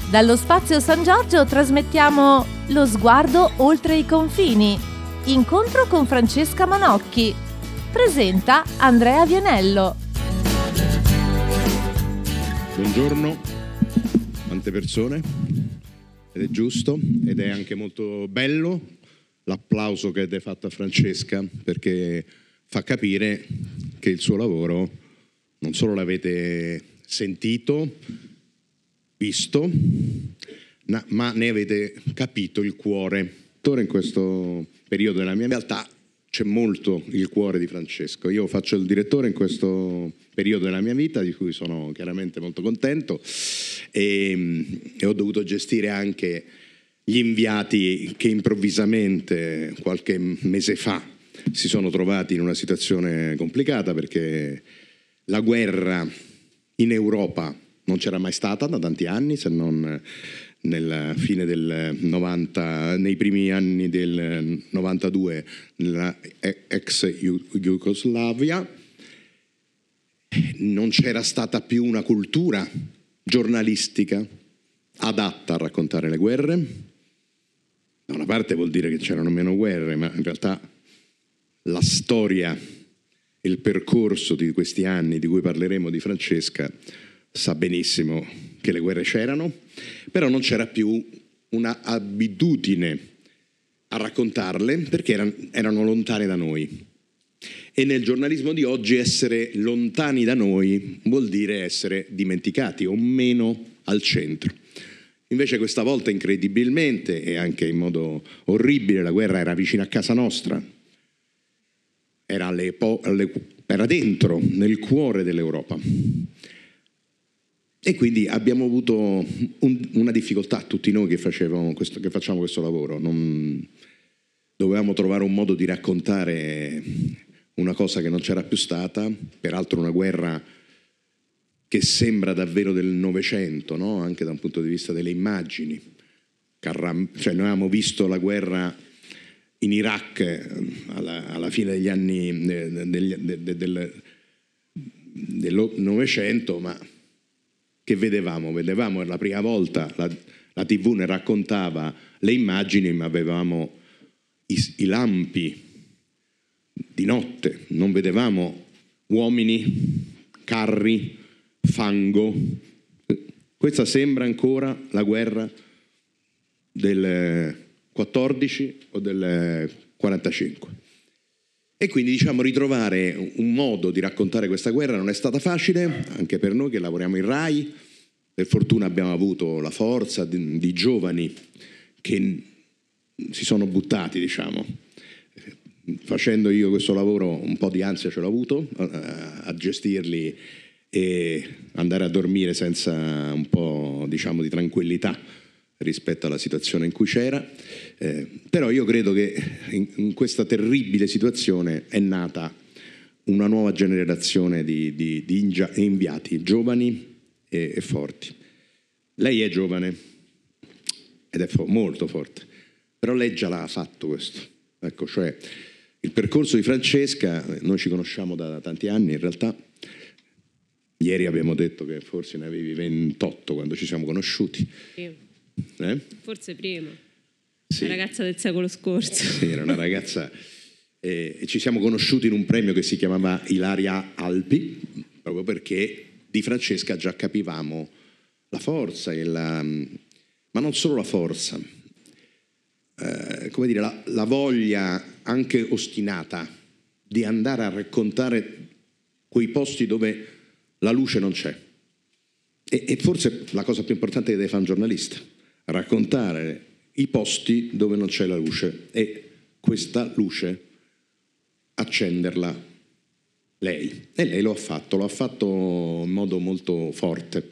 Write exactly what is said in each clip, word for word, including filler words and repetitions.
Dallo Spazio San Giorgio trasmettiamo Lo sguardo oltre i confini. Incontro con Francesca Manocchi. Presenta Andrea Vianello. Buongiorno, tante persone, ed è giusto ed è anche molto bello l'applauso che è fatto a Francesca, perché fa capire che il suo lavoro non solo l'avete sentito, visto, ma ne avete capito il cuore. In questo periodo della mia realtà c'è molto il cuore di Francesco. Io faccio il direttore in questo periodo della mia vita, di cui sono chiaramente molto contento, e, e ho dovuto gestire anche gli inviati che improvvisamente qualche mese fa si sono trovati in una situazione complicata, perché la guerra in Europa non c'era mai stata da tanti anni, se non nella fine del novanta, nei primi anni del novantadue nella ex Jugoslavia. Non c'era stata più una cultura giornalistica adatta a raccontare le guerre. Da una parte vuol dire che c'erano meno guerre, ma in realtà la storia, il percorso di questi anni di cui parleremo di Francesca sa benissimo che le guerre c'erano, però non c'era più una abitudine a raccontarle, perché erano, erano lontane da noi. E nel giornalismo di oggi essere lontani da noi vuol dire essere dimenticati o meno al centro. Invece questa volta, incredibilmente e anche in modo orribile, la guerra era vicina a casa nostra, era, alle po- alle, era dentro, nel cuore dell'Europa. E quindi abbiamo avuto un, una difficoltà, tutti noi che, facevamo questo, che facciamo questo lavoro. Non, dovevamo trovare un modo di raccontare una cosa che non c'era più stata, peraltro una guerra che sembra davvero del Novecento, no? Anche da un punto di vista delle immagini. Carram- cioè noi avevamo visto la guerra in Iraq alla, alla fine degli anni del, del, del, del Novecento, ma che vedevamo? Vedevamo la prima volta, la, la tivù ne raccontava le immagini, ma avevamo i, i lampi di notte, non vedevamo uomini, carri, fango. Questa sembra ancora la guerra del quattordici o del quarantacinque. E quindi, diciamo, ritrovare un modo di raccontare questa guerra non è stata facile, anche per noi che lavoriamo in Rai. Per fortuna abbiamo avuto la forza di, di giovani che si sono buttati, diciamo. Facendo io questo lavoro un po' di ansia ce l'ho avuto a, a gestirli e andare a dormire senza un po', diciamo, di tranquillità rispetto alla situazione in cui c'era, eh, però io credo che in, in questa terribile situazione è nata una nuova generazione di, di, di ingia, inviati giovani e, e forti. Lei è giovane ed è fo- molto forte, però lei già l'ha fatto questo. Ecco, cioè il percorso di Francesca, noi ci conosciamo da tanti anni in realtà. Ieri abbiamo detto che forse ne avevi ventotto quando ci siamo conosciuti. Sì. Eh? Forse prima, sì. Una ragazza del secolo scorso. Sì, era una ragazza eh, e ci siamo conosciuti in un premio che si chiamava Ilaria Alpi, proprio perché di Francesca già capivamo la forza e la, ma non solo la forza, eh, come dire, la, la voglia anche ostinata di andare a raccontare quei posti dove la luce non c'è. E, e forse la cosa più importante che deve fare un giornalista: raccontare i posti dove non c'è la luce e questa luce accenderla lei. E lei lo ha fatto, lo ha fatto in modo molto forte.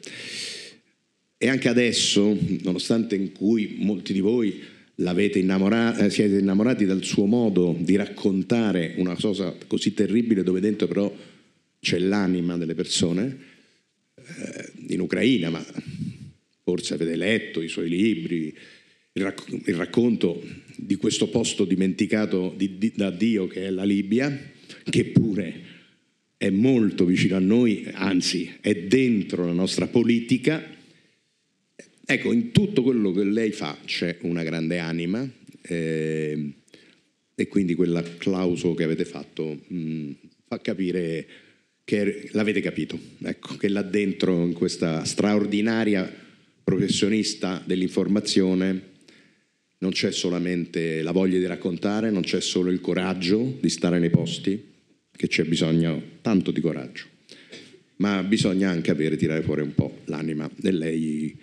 E anche adesso, nonostante in cui molti di voi l'avete innamorata, siete innamorati dal suo modo di raccontare una cosa così terribile, dove dentro però c'è l'anima delle persone, eh, in Ucraina, ma forse avete letto i suoi libri, il, racc- il racconto di questo posto dimenticato di, di, da Dio che è la Libia, che pure è molto vicino a noi, anzi è dentro la nostra politica. ecco, in tutto quello che lei fa c'è una grande anima, eh, e quindi quell'applauso che avete fatto mh, fa capire che l'avete capito, ecco, che là dentro, in questa straordinaria professionista dell'informazione, non c'è solamente la voglia di raccontare, non c'è solo il coraggio di stare nei posti, che c'è bisogno tanto di coraggio, ma bisogna anche avere, tirare fuori un po' l'anima. E lei,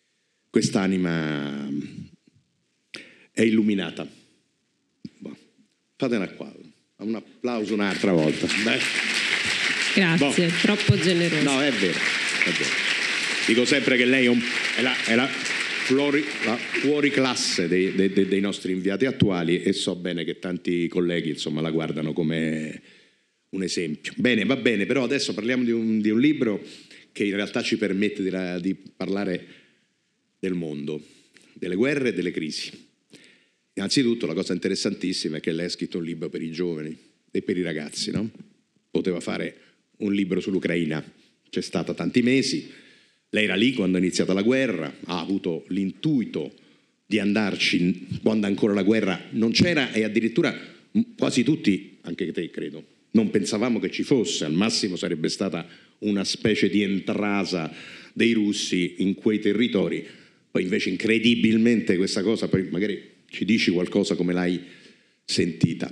quest'anima è illuminata. Boh. Fatela qua, un applauso un'altra volta. Beh. Grazie, boh. Troppo generoso. No, è vero, è vero. Dico sempre che lei è, un, è la, è la, fuori, la fuori classe dei, dei, dei nostri inviati attuali, e so bene che tanti colleghi, insomma, la guardano come un esempio. Bene, va bene, però adesso parliamo di un, di un libro che in realtà ci permette di, di parlare del mondo, delle guerre e delle crisi. Innanzitutto la cosa interessantissima è che lei ha scritto un libro per i giovani e per i ragazzi, no? Poteva fare un libro sull'Ucraina, c'è stata tanti mesi, lei era lì quando è iniziata la guerra, ha avuto l'intuito di andarci quando ancora la guerra non c'era, e addirittura quasi tutti, anche te credo, non pensavamo che ci fosse, al massimo sarebbe stata una specie di entrasa dei russi in quei territori. Poi invece incredibilmente questa cosa, poi magari ci dici qualcosa come l'hai sentita.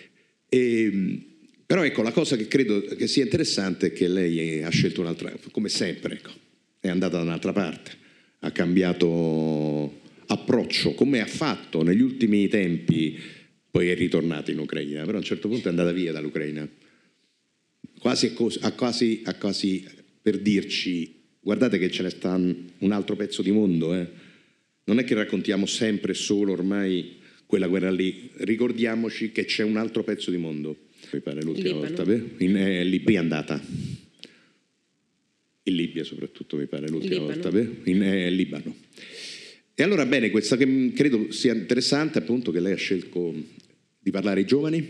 E, però ecco, la cosa che credo che sia interessante è che lei ha scelto un'altra, come sempre, ecco, è andata da un'altra parte, ha cambiato approccio, come ha fatto negli ultimi tempi, poi è ritornata in Ucraina, però a un certo punto è andata via dall'Ucraina, quasi, a quasi, a quasi per dirci: guardate che ce ne sta un altro pezzo di mondo, eh. Non è che raccontiamo sempre solo ormai quella guerra lì, ricordiamoci che c'è un altro pezzo di mondo. Mi pare l'ultima Libano. volta, vero? In eh, Libia è andata. In Libia soprattutto mi pare l'ultima Libano. volta, vero? In eh, Libano. E allora bene, questa che credo sia interessante appunto che lei ha scelto di parlare ai giovani,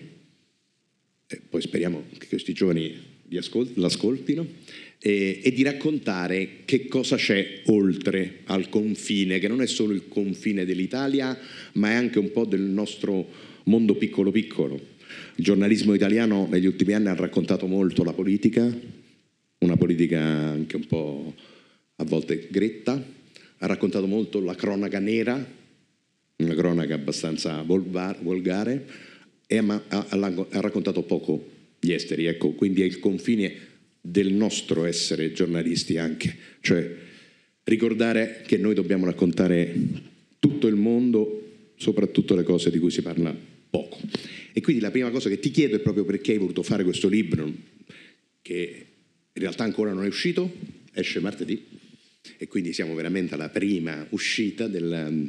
e poi speriamo che questi giovani li ascol- l'ascoltino, e, e di raccontare che cosa c'è oltre al confine, che non è solo il confine dell'Italia, ma è anche un po' del nostro mondo piccolo piccolo. Il giornalismo italiano negli ultimi anni ha raccontato molto la politica, una politica anche un po' a volte gretta, ha raccontato molto la cronaca nera, una cronaca abbastanza volvar, volgare, e ha, ha, ha raccontato poco gli esteri, ecco, quindi è il confine del nostro essere giornalisti anche, cioè ricordare che noi dobbiamo raccontare tutto il mondo, soprattutto le cose di cui si parla poco. E quindi la prima cosa che ti chiedo è proprio perché hai voluto fare questo libro, che in realtà ancora non è uscito, esce martedì, e quindi siamo veramente alla prima uscita del,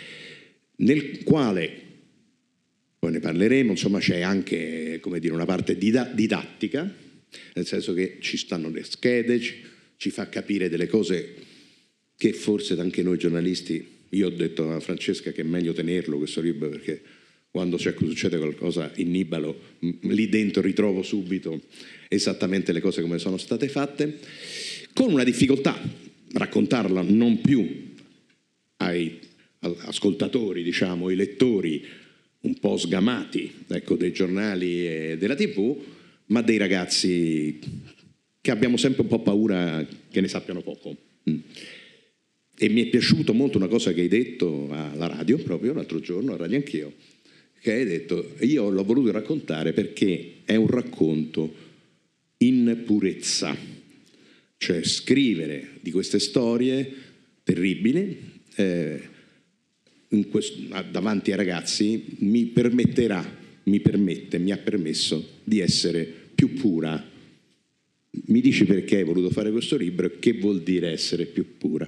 nel quale, poi ne parleremo, insomma c'è anche, come dire, una parte didattica, nel senso che ci stanno le schede, ci, ci fa capire delle cose che forse anche noi giornalisti, io ho detto a Francesca che è meglio tenerlo questo libro, perché quando c'è, succede qualcosa in Nibalo, lì dentro ritrovo subito esattamente le cose come sono state fatte, con una difficoltà, raccontarla non più ai ascoltatori, diciamo, ai lettori un po' sgamati, ecco, dei giornali e della tivù, ma dei ragazzi che abbiamo sempre un po' paura che ne sappiano poco. Mm. E mi è piaciuto molto una cosa che hai detto alla radio, proprio l'altro giorno, a Radio Anch'io, che hai detto: io l'ho voluto raccontare perché è un racconto in purezza, cioè scrivere di queste storie terribili eh, in questo, davanti ai ragazzi mi permetterà, mi permette, mi ha permesso di essere più pura. Mi dici perché hai voluto fare questo libro e che vuol dire essere più pura?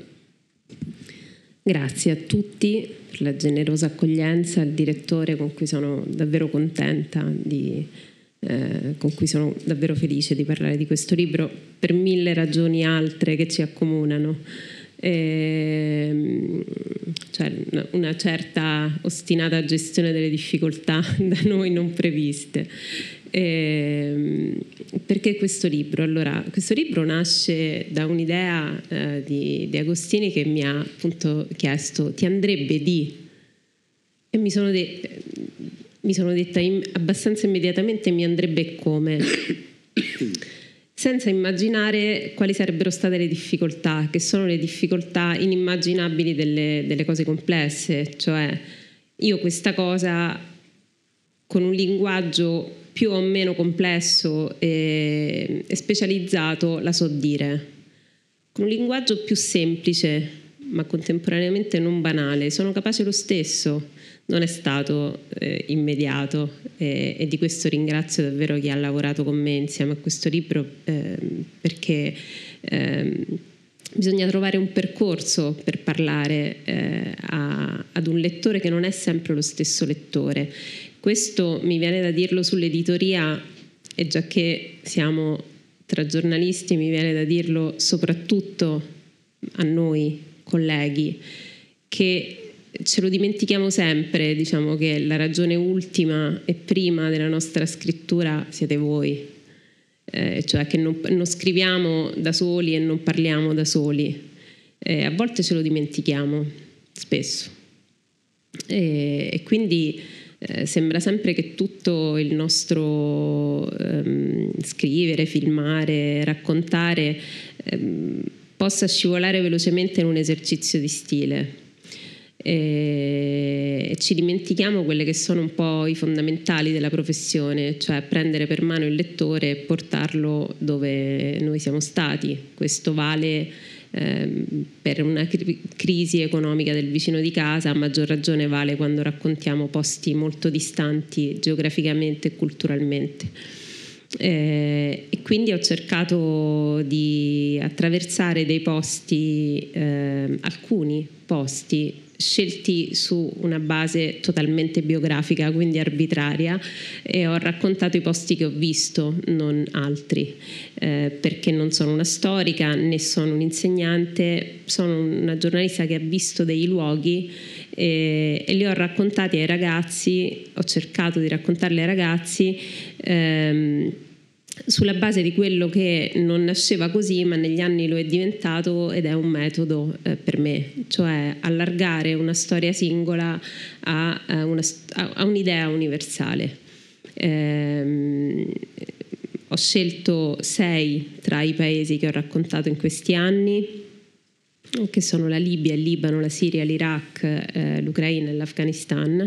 Grazie a tutti per la generosa accoglienza, al direttore con cui sono davvero contenta, di, eh, con cui sono davvero felice di parlare di questo libro per mille ragioni altre che ci accomunano. E, cioè una certa ostinata gestione delle difficoltà da noi non previste. Eh, perché questo libro? Allora, questo libro nasce da un'idea eh, di, di Agostini, che mi ha appunto chiesto: ti andrebbe di? E mi sono, de- mi sono detta in- abbastanza immediatamente: mi andrebbe come? Senza immaginare quali sarebbero state le difficoltà, che sono le difficoltà inimmaginabili delle, delle cose complesse. Cioè, io questa cosa, con un linguaggio più o meno complesso e, e specializzato, la so dire. Con un linguaggio più semplice, ma contemporaneamente non banale, sono capace lo stesso. Non è stato eh, immediato e, e di questo ringrazio davvero chi ha lavorato con me insieme a questo libro, eh, perché eh, bisogna trovare un percorso per parlare eh, a, ad un lettore che non è sempre lo stesso lettore. Questo mi viene da dirlo sull'editoria, e già che siamo tra giornalisti mi viene da dirlo soprattutto a noi colleghi, che ce lo dimentichiamo sempre, diciamo che la ragione ultima e prima della nostra scrittura siete voi, eh, cioè che non, non scriviamo da soli e non parliamo da soli, eh, a volte ce lo dimentichiamo, spesso, e, e quindi eh, sembra sempre che tutto il nostro ehm, scrivere, filmare, raccontare ehm, possa scivolare velocemente in un esercizio di stile. E ci dimentichiamo quelle che sono un po' i fondamentali della professione, cioè prendere per mano il lettore e portarlo dove noi siamo stati. Questo vale ehm, per una cri- crisi economica del vicino di casa, a maggior ragione vale quando raccontiamo posti molto distanti geograficamente e culturalmente. Eh, e quindi ho cercato di attraversare dei posti, eh, alcuni posti scelti su una base totalmente biografica, quindi arbitraria, e ho raccontato i posti che ho visto, non altri, eh, perché non sono una storica né sono un insegnante, sono una giornalista che ha visto dei luoghi e, e li ho raccontati ai ragazzi, ho cercato di raccontarli ai ragazzi ehm, sulla base di quello che non nasceva così, ma negli anni lo è diventato, ed è un metodo eh, per me, cioè allargare una storia singola a, a, una, a un'idea universale. Ehm, ho scelto sei tra i paesi che ho raccontato in questi anni, che sono la Libia, il Libano, la Siria, l'Iraq, eh, l'Ucraina e l'Afghanistan.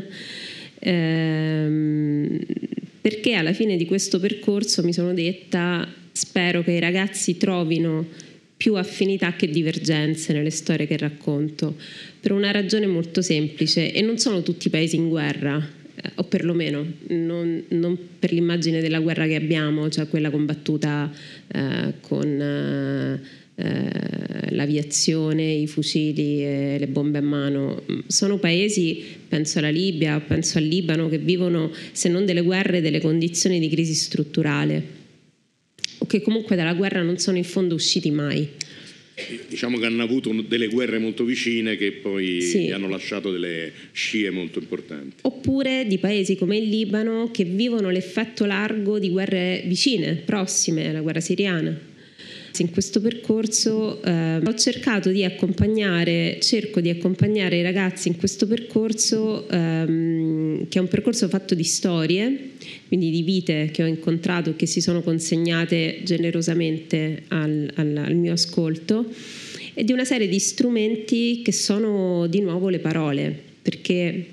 Ehm, perché alla fine di questo percorso mi sono detta: spero che i ragazzi trovino più affinità che divergenze nelle storie che racconto, per una ragione molto semplice: e non sono tutti paesi in guerra, eh, o perlomeno non, non per l'immagine della guerra che abbiamo, cioè quella combattuta eh, con eh, eh, l'aviazione, i fucili e le bombe a mano. Sono paesi, penso alla Libia, penso al Libano, che vivono, se non delle guerre, delle condizioni di crisi strutturale, o che comunque dalla guerra non sono in fondo usciti mai. Diciamo che hanno avuto delle guerre molto vicine che poi sì. hanno lasciato delle scie molto importanti. Oppure di paesi come il Libano, che vivono l'effetto largo di guerre vicine, prossime, la guerra siriana. In questo percorso eh, ho cercato di accompagnare, cerco di accompagnare i ragazzi in questo percorso ehm, che è un percorso fatto di storie, quindi di vite che ho incontrato e che si sono consegnate generosamente al, al, al mio ascolto, e di una serie di strumenti che sono di nuovo le parole, perché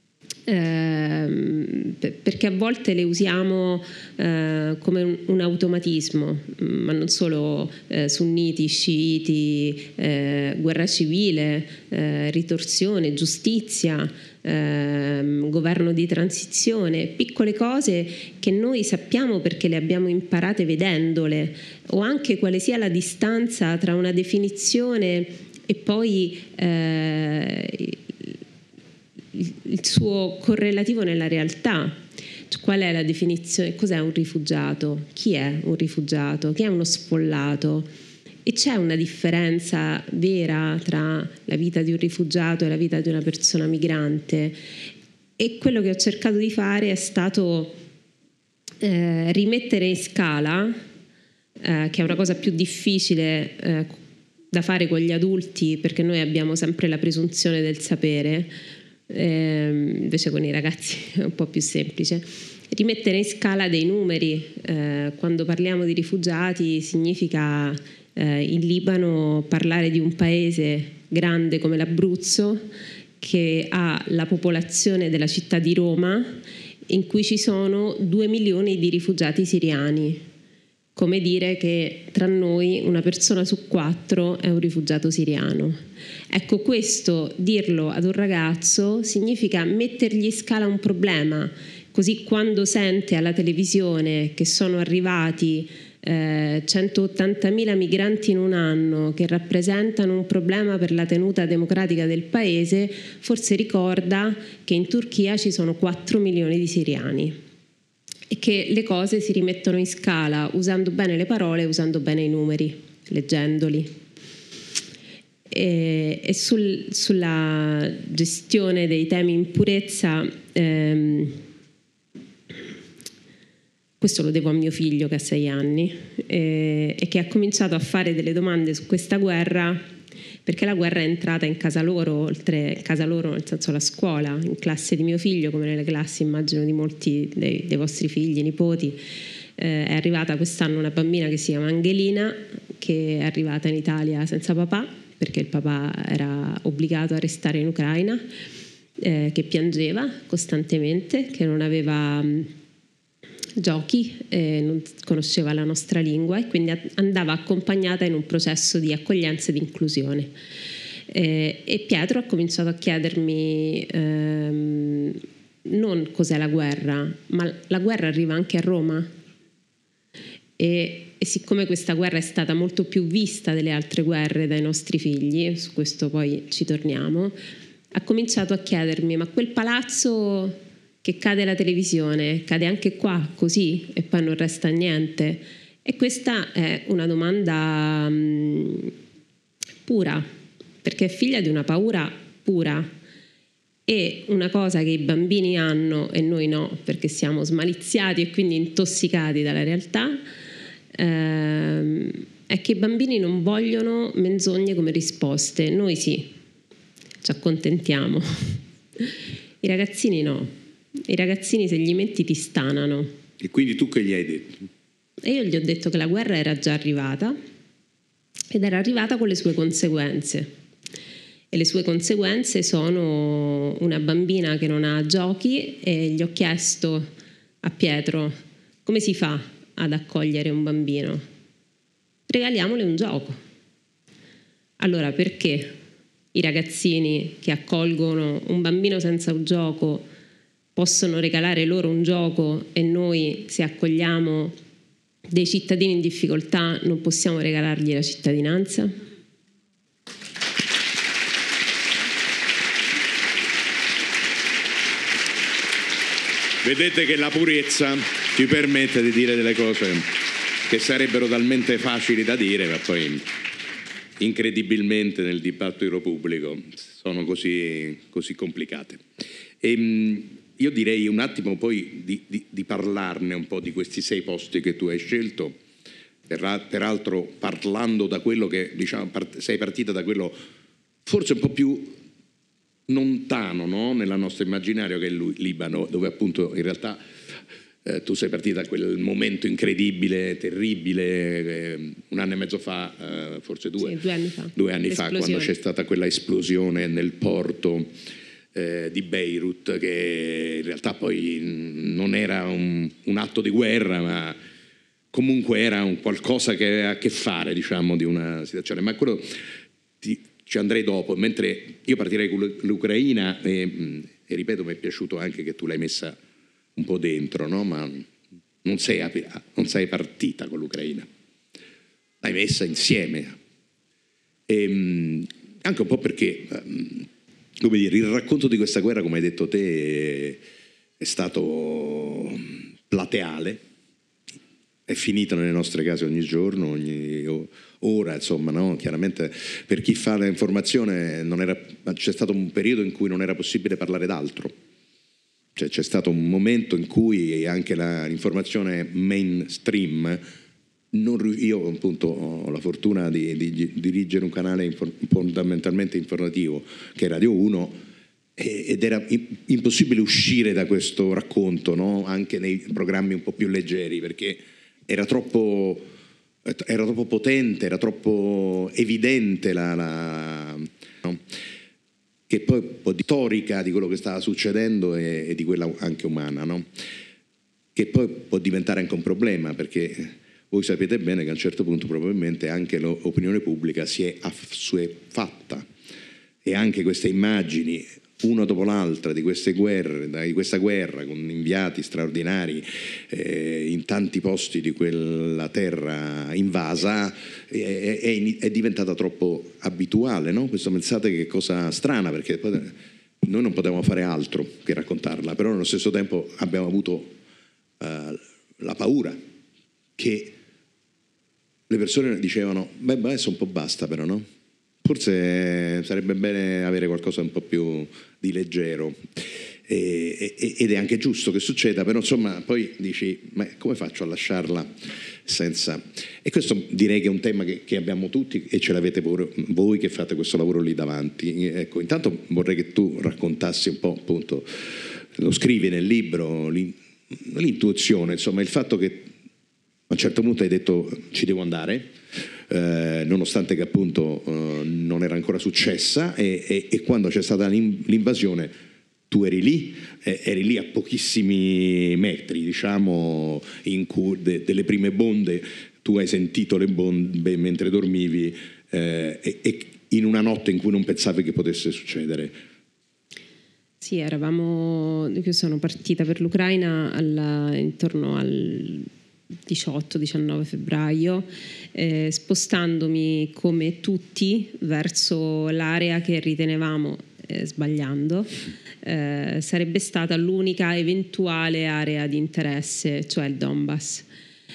Eh, perché a volte le usiamo eh, come un, un automatismo, ma non solo eh, sunniti, sciiti, eh, guerra civile, eh, ritorsione, giustizia, eh, governo di transizione, piccole cose che noi sappiamo perché le abbiamo imparate vedendole, o anche quale sia la distanza tra una definizione e poi eh, il suo correlativo nella realtà. Cioè, qual è la definizione? Cos'è un rifugiato? Chi è un rifugiato? Chi è uno sfollato? E c'è una differenza vera tra la vita di un rifugiato e la vita di una persona migrante. E quello che ho cercato di fare è stato eh, rimettere in scala, eh, che è una cosa più difficile eh, da fare con gli adulti, perché noi abbiamo sempre la presunzione del sapere, eh, invece con i ragazzi è un po' più semplice. Rimettere in scala dei numeri. Eh, quando parliamo di rifugiati significa eh, in Libano parlare di un paese grande come l'Abruzzo, che ha la popolazione della città di Roma, in cui ci sono due milioni di rifugiati siriani. Come dire che tra noi una persona su quattro è un rifugiato siriano. Ecco, questo, dirlo ad un ragazzo significa mettergli in scala un problema, così quando sente alla televisione che sono arrivati eh, centottantamila migranti in un anno che rappresentano un problema per la tenuta democratica del paese, forse ricorda che in Turchia ci sono quattro milioni di siriani e che le cose si rimettono in scala usando bene le parole, usando bene i numeri, leggendoli. E, e sul, sulla gestione dei temi in purezza, ehm, questo lo devo a mio figlio che ha sei anni eh, e che ha cominciato a fare delle domande su questa guerra, perché la guerra è entrata in casa loro, oltre casa loro nel senso la scuola, in classe di mio figlio, come nelle classi immagino di molti dei, dei vostri figli, nipoti. Eh, è arrivata quest'anno una bambina che si chiama Angelina, che è arrivata in Italia senza papà, perché il papà era obbligato a restare in Ucraina, eh, che piangeva costantemente, che non aveva mh, giochi, eh, non conosceva la nostra lingua e quindi andava accompagnata in un processo di accoglienza e di inclusione. Eh, e Pietro ha cominciato a chiedermi ehm, non cos'è la guerra, ma la guerra arriva anche a Roma. E, e siccome questa guerra è stata molto più vista delle altre guerre dai nostri figli, su questo poi ci torniamo, ha cominciato a chiedermi: ma quel palazzo che cade la televisione, cade anche qua così e poi non resta niente? E questa è una domanda mh, pura, perché è figlia di una paura pura, e una cosa che i bambini hanno e noi no, perché siamo smaliziati e quindi intossicati dalla realtà, ehm, è che i bambini non vogliono menzogne come risposte. Noi sì, ci accontentiamo, i ragazzini no. I ragazzini, se gli metti, ti stanano. E quindi tu che gli hai detto? E io gli ho detto che la guerra era già arrivata ed era arrivata con le sue conseguenze. E le sue conseguenze sono una bambina che non ha giochi, e gli ho chiesto a Pietro: come si fa ad accogliere un bambino? Regaliamole un gioco. Allora, perché i ragazzini che accolgono un bambino senza un gioco possono regalare loro un gioco e noi, se accogliamo dei cittadini in difficoltà, non possiamo regalargli la cittadinanza? Vedete che la purezza ci permette di dire delle cose che sarebbero talmente facili da dire, ma poi incredibilmente nel dibattito pubblico sono così, così complicate. E, io direi un attimo poi di, di, di parlarne un po' di questi sei posti che tu hai scelto, peraltro parlando da quello che, diciamo, sei partita da quello forse un po' più lontano, no? Nella nostra immaginario, che è il Libano, dove appunto in realtà eh, tu sei partita da quel momento incredibile, terribile, eh, un anno e mezzo fa, eh, forse due, sì, due anni fa, due anni fa, quando c'è stata quella esplosione nel porto Eh, di Beirut, che in realtà poi non era un, un atto di guerra, ma comunque era un qualcosa che aveva a che fare, diciamo, di una situazione. Ma quello ti, ci andrei dopo, mentre io partirei con l'Ucraina e, e ripeto, mi è piaciuto anche che tu l'hai messa un po' dentro, no? Ma non sei, non sei partita con l'Ucraina, l'hai messa insieme, e, anche un po' perché, come dire, il racconto di questa guerra, come hai detto te, è stato plateale, è finita nelle nostre case ogni giorno, ogni ora, insomma, no? Chiaramente per chi fa l'informazione non era, c'è stato un periodo in cui non era possibile parlare d'altro, Cioè, c'è stato un momento in cui anche la, l'informazione mainstream, non, io appunto ho la fortuna di, di, di dirigere un canale infor, fondamentalmente informativo che è Radio uno, e, ed era impossibile uscire da questo racconto, no? Anche nei programmi un po' più leggeri, perché era troppo, era troppo potente, era troppo evidente la... la no? Che poi un po' di storica di quello che stava succedendo e, e di quella anche umana, no? Che poi può diventare anche un problema, perché voi sapete bene che a un certo punto probabilmente anche l'opinione pubblica si è assuefatta, e anche queste immagini, una dopo l'altra, di queste guerre, di questa guerra con inviati straordinari eh, in tanti posti di quella terra invasa, è, è, è diventata troppo abituale, no? Questo, pensate che cosa strana, perché poi noi non potevamo fare altro che raccontarla, però nello stesso tempo abbiamo avuto uh, la paura che le persone dicevano beh, beh, adesso un po' basta, però, no? Forse sarebbe bene avere qualcosa un po' più di leggero, e, e, ed è anche giusto che succeda, però insomma poi dici ma come faccio a lasciarla senza... E questo direi che è un tema che, che abbiamo tutti, e ce l'avete pure voi che fate questo lavoro lì davanti. Ecco, intanto vorrei che tu raccontassi un po', appunto, lo scrivi nel libro, l'intuizione, insomma il fatto che a un certo punto hai detto ci devo andare, Eh, nonostante che appunto eh, non era ancora successa, e, e, e quando c'è stata l'invasione tu eri lì, eh, eri lì a pochissimi metri, diciamo, in cui de, delle prime bombe, tu hai sentito le bombe mentre dormivi, eh, e, e in una notte in cui non pensavi che potesse succedere. Sì, eravamo, io sono partita per l'Ucraina alla, intorno al diciotto diciannove febbraio, eh, spostandomi come tutti verso l'area che ritenevamo, eh, sbagliando, eh, sarebbe stata l'unica eventuale area di interesse, cioè il Donbass.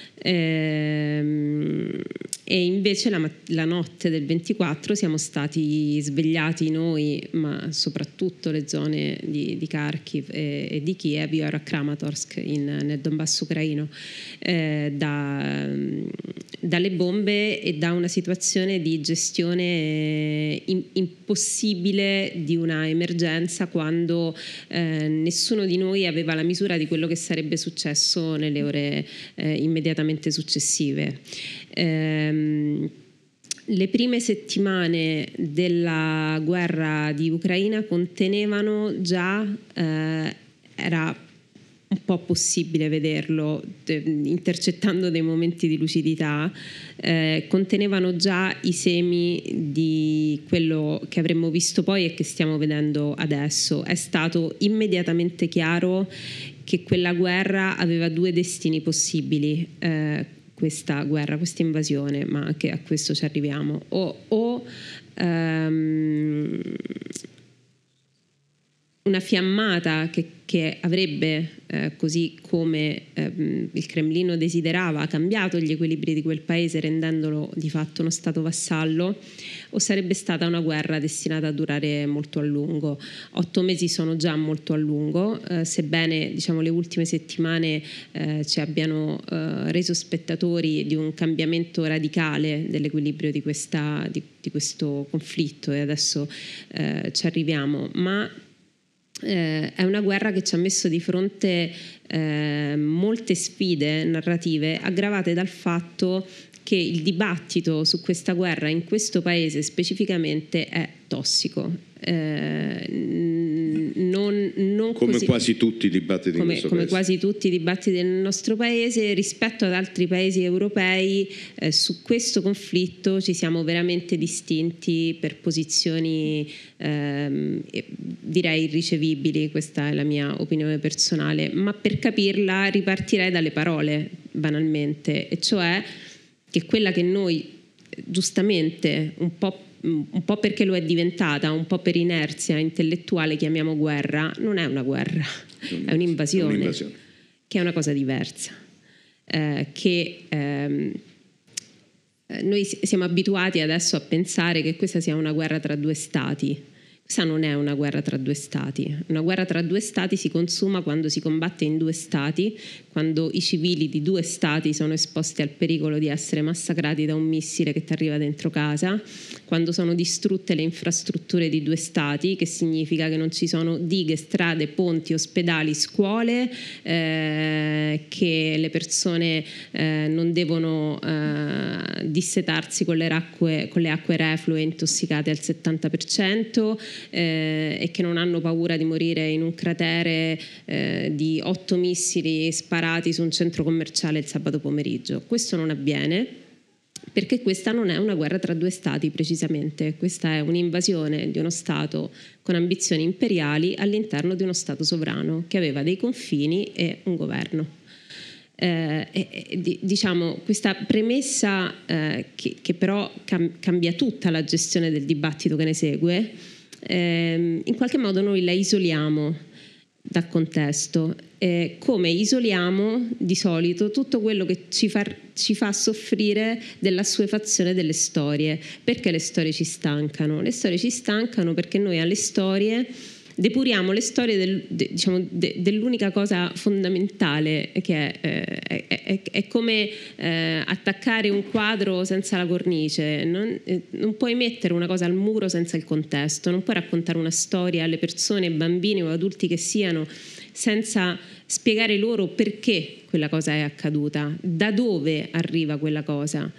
Ehm, e invece la, la notte del ventiquattro siamo stati svegliati noi, ma soprattutto le zone di, di Kharkiv e, e di Kiev, io ero a Kramatorsk in, nel Donbass ucraino, eh, da, dalle bombe e da una situazione di gestione in, impossibile di una emergenza, quando eh, nessuno di noi aveva la misura di quello che sarebbe successo nelle ore eh, immediatamente successive. Ehm, le prime settimane della guerra di Ucraina contenevano già, eh, era un po' possibile vederlo, de, intercettando dei momenti di lucidità, eh, contenevano già i semi di quello che avremmo visto poi e che stiamo vedendo adesso. È stato immediatamente chiaro che quella guerra aveva due destini possibili, eh, questa guerra, questa invasione, ma anche a questo ci arriviamo, o, o um, una fiammata che, che avrebbe, eh, così come ehm, il Cremlino desiderava, cambiato gli equilibri di quel paese rendendolo di fatto uno stato vassallo, o sarebbe stata una guerra destinata a durare molto a lungo. Otto mesi sono già molto a lungo, eh, sebbene diciamo, le ultime settimane eh, ci abbiano eh, reso spettatori di un cambiamento radicale dell'equilibrio di, questa, di, di questo conflitto, e adesso eh, ci arriviamo, ma Eh, è una guerra che ci ha messo di fronte eh, molte sfide narrative, aggravate dal fatto che il dibattito su questa guerra in questo paese specificamente è tossico. Eh, non, non come così, quasi tutti i dibattiti come, in questo come paese. quasi tutti i dibattiti del nostro paese. Rispetto ad altri paesi europei, eh, su questo conflitto ci siamo veramente distinti per posizioni ehm, direi irricevibili. Questa è la mia opinione personale, ma per capirla ripartirei dalle parole, banalmente, e cioè che quella che noi giustamente un po' un po' perché lo è diventata, un po' per inerzia intellettuale chiamiamo guerra, non è una guerra, è un'invasione, è un'invasione, che è una cosa diversa, eh, che ehm, noi siamo abituati adesso a pensare che questa sia una guerra tra due stati. Questa non è una guerra tra due stati. Una guerra tra due stati si consuma quando si combatte in due stati, quando i civili di due stati sono esposti al pericolo di essere massacrati da un missile che ti arriva dentro casa, quando sono distrutte le infrastrutture di due stati, che significa che non ci sono dighe, strade, ponti, ospedali, scuole, eh, che le persone eh, non devono eh, dissetarsi con le acque, con le acque reflue intossicate al settanta per cento, Eh, e che non hanno paura di morire in un cratere eh, di otto missili sparati su un centro commerciale il sabato pomeriggio. Questo non avviene perché questa non è una guerra tra due stati precisamente, questa è un'invasione di uno stato con ambizioni imperiali all'interno di uno stato sovrano che aveva dei confini e un governo. Eh, e, diciamo, questa premessa eh, che, che però cam- cambia tutta la gestione del dibattito che ne segue. Eh, in qualche modo noi la isoliamo dal contesto, eh, come isoliamo di solito tutto quello che ci fa, ci fa soffrire dell'assuefazione delle storie. Perché le storie ci stancano? Le storie ci stancano perché noi alle storie depuriamo le storie del, de, diciamo, de, dell'unica cosa fondamentale che è, eh, è, è, è come eh, attaccare un quadro senza la cornice. Non, eh, non puoi mettere una cosa al muro senza il contesto, non puoi raccontare una storia alle persone, bambini o adulti che siano, senza spiegare loro perché quella cosa è accaduta, da dove arriva quella cosa.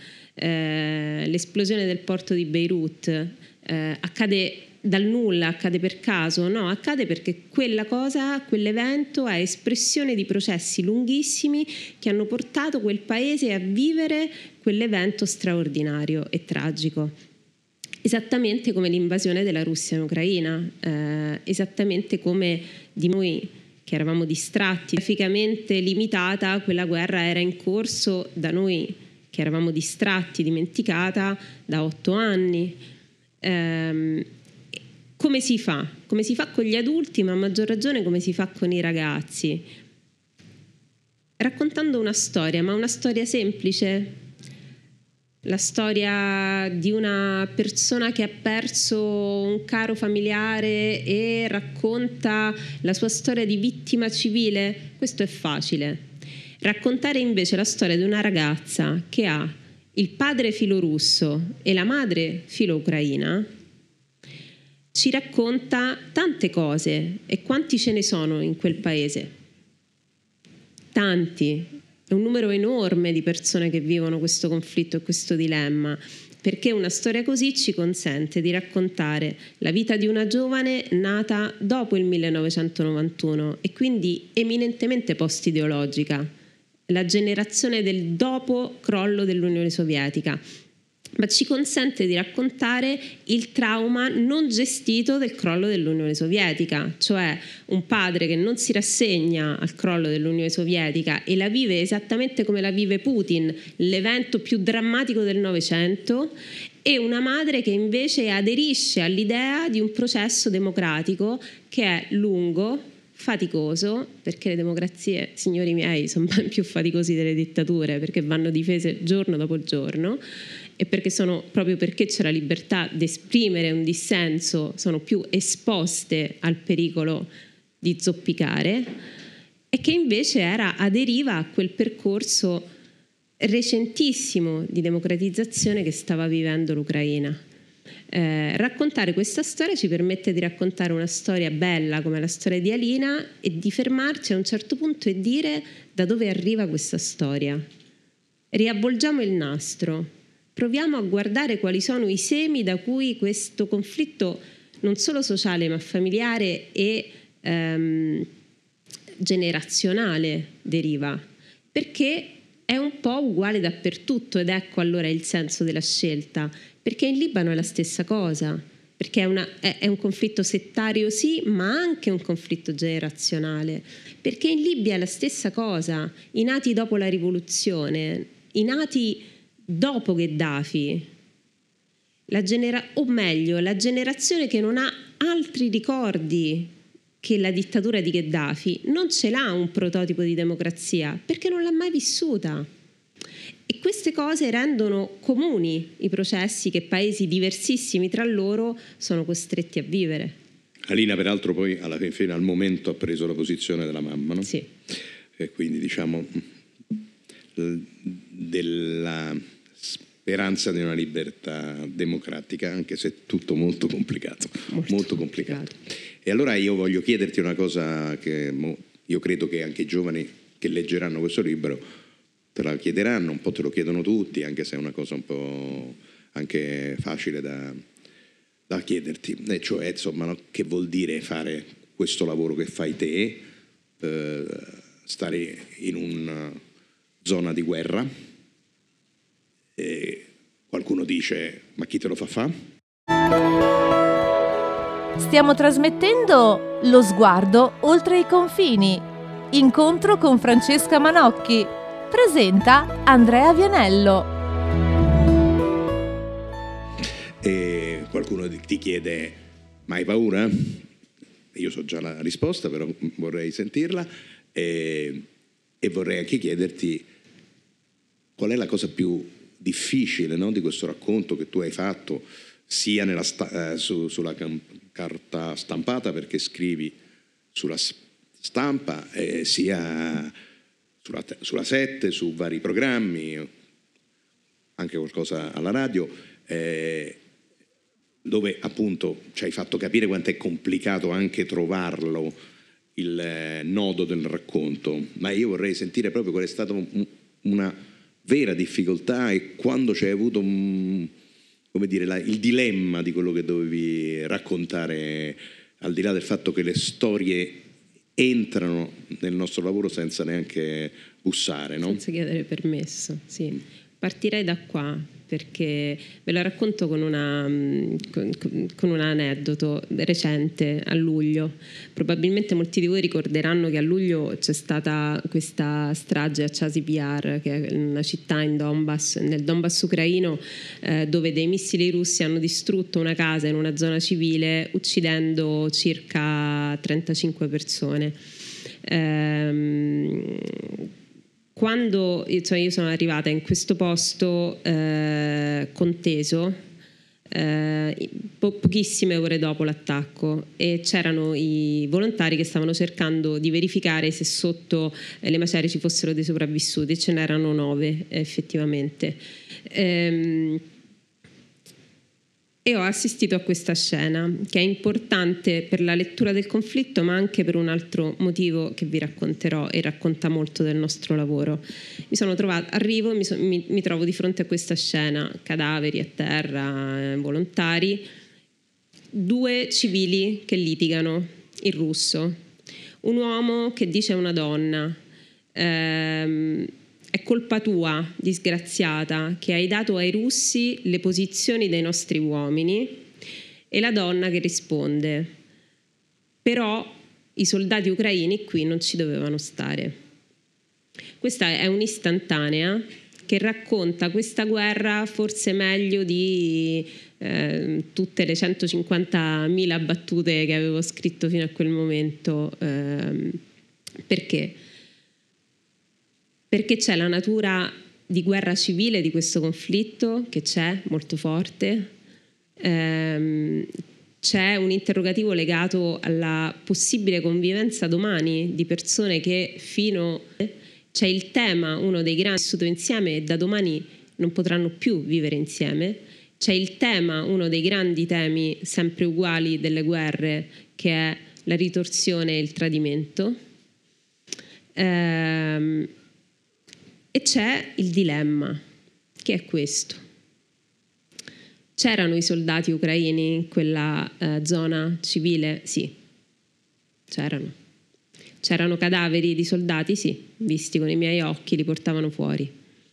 Eh, l'esplosione del porto di Beirut eh, accade dal nulla, accade per caso? No, accade perché quella cosa, quell'evento è espressione di processi lunghissimi che hanno portato quel paese a vivere quell'evento straordinario e tragico. Esattamente come l'invasione della Russia in Ucraina, eh, esattamente come di noi che eravamo distratti, graficamente limitata, quella guerra era in corso da noi che eravamo distratti, dimenticata da otto anni. Ehm, Come si fa? Come si fa con gli adulti, ma a maggior ragione come si fa con i ragazzi? Raccontando una storia, ma una storia semplice. La storia di una persona che ha perso un caro familiare e racconta la sua storia di vittima civile. Questo è facile. Raccontare invece la storia di una ragazza che ha il padre filorusso e la madre filo-ucraina ci racconta tante cose. E quanti ce ne sono in quel paese? Tanti, è un numero enorme di persone che vivono questo conflitto e questo dilemma, perché una storia così ci consente di raccontare la vita di una giovane nata dopo il millenovecentonovantuno e quindi eminentemente post-ideologica, la generazione del dopo crollo dell'Unione Sovietica, ma ci consente di raccontare il trauma non gestito del crollo dell'Unione Sovietica, cioè un padre che non si rassegna al crollo dell'Unione Sovietica e la vive esattamente come la vive Putin, l'evento più drammatico del Novecento, e una madre che invece aderisce all'idea di un processo democratico che è lungo, faticoso, perché le democrazie, signori miei, sono ben più faticosi delle dittature, perché vanno difese giorno dopo giorno, e perché sono, proprio perché c'è la libertà di esprimere un dissenso, sono più esposte al pericolo di zoppicare, e che invece era aderiva a quel percorso recentissimo di democratizzazione che stava vivendo l'Ucraina. Eh, raccontare questa storia ci permette di raccontare una storia bella come la storia di Alina e di fermarci a un certo punto e dire da dove arriva questa storia. Riavvolgiamo il nastro. Proviamo a guardare quali sono i semi da cui questo conflitto non solo sociale ma familiare e ehm, generazionale deriva, perché è un po' uguale dappertutto, ed ecco allora il senso della scelta, perché in Libano è la stessa cosa, perché è, una, è, è un conflitto settario sì, ma anche un conflitto generazionale, perché in Libia è la stessa cosa, i nati dopo la rivoluzione, i nati dopo Gheddafi, la genera- o meglio, la generazione che non ha altri ricordi che la dittatura di Gheddafi, non ce l'ha un prototipo di democrazia, perché non l'ha mai vissuta. E queste cose rendono comuni i processi che paesi diversissimi tra loro sono costretti a vivere. Alina peraltro poi alla fine al momento ha preso la posizione della mamma, no? Sì. E quindi diciamo della speranza di una libertà democratica, anche se è tutto molto complicato, molto, molto complicato. complicato. E allora io voglio chiederti una cosa che io credo che anche i giovani che leggeranno questo libro te la chiederanno, un po' te lo chiedono tutti, anche se è una cosa un po' anche facile da, da chiederti, e cioè insomma, no, che vuol dire fare questo lavoro che fai te, eh, stare in una zona di guerra, e qualcuno dice ma chi te lo fa fa? Stiamo trasmettendo Lo sguardo oltre i confini, incontro con Francesca Manocchi. Presenta Andrea Vianello. E qualcuno ti chiede: ma hai paura? Io so già la risposta, però vorrei sentirla, e, e vorrei anche chiederti qual è la cosa più difficile, no, di questo racconto che tu hai fatto, sia nella sta- eh, su, sulla cam- carta stampata, perché scrivi sulla stampa, eh, sia sulla, te- sulla sette, su vari programmi, anche qualcosa alla radio, eh, dove appunto ci hai fatto capire quanto è complicato anche trovarlo, il eh, nodo del racconto. Ma io vorrei sentire proprio qual è stata un, una vera difficoltà e quando c'hai avuto un, come dire, la, il dilemma di quello che dovevi raccontare, al di là del fatto che le storie entrano nel nostro lavoro senza neanche bussare, no? Senza chiedere permesso, sì. Partirei da qua, perché ve la racconto con, una, con, con un aneddoto recente, a luglio. Probabilmente molti di voi ricorderanno che a luglio c'è stata questa strage a Chasiv Yar, che è una città in Donbass, nel Donbass ucraino, eh, dove dei missili russi hanno distrutto una casa in una zona civile, uccidendo circa trentacinque persone. Ehm, Quando cioè io sono arrivata in questo posto eh, conteso eh, po- pochissime ore dopo l'attacco, e c'erano i volontari che stavano cercando di verificare se sotto eh, le macerie ci fossero dei sopravvissuti. Ce n'erano nove effettivamente. Ehm, E ho assistito a questa scena, che è importante per la lettura del conflitto, ma anche per un altro motivo che vi racconterò e racconta molto del nostro lavoro. Mi sono trovata, arrivo e mi, so, mi, mi trovo di fronte a questa scena: cadaveri a terra, eh, volontari, due civili che litigano in russo, un uomo che dice a una donna: ehm, è colpa tua, disgraziata, che hai dato ai russi le posizioni dei nostri uomini. E la donna che risponde: però i soldati ucraini qui non ci dovevano stare. Questa è un'istantanea che racconta questa guerra forse meglio di eh, tutte le centocinquantamila battute che avevo scritto fino a quel momento. Eh, perché? Perché c'è la natura di guerra civile di questo conflitto, che c'è molto forte. Ehm, c'è un interrogativo legato alla possibile convivenza domani di persone che fino... C'è il tema, uno dei grandi, vissuto insieme e da domani non potranno più vivere insieme. C'è il tema, uno dei grandi temi sempre uguali delle guerre, che è la ritorsione e il tradimento. Ehm, E c'è il dilemma, che è questo. C'erano i soldati ucraini in quella eh, zona civile? Sì, c'erano. C'erano cadaveri di soldati? Sì, visti con i miei occhi, li portavano fuori.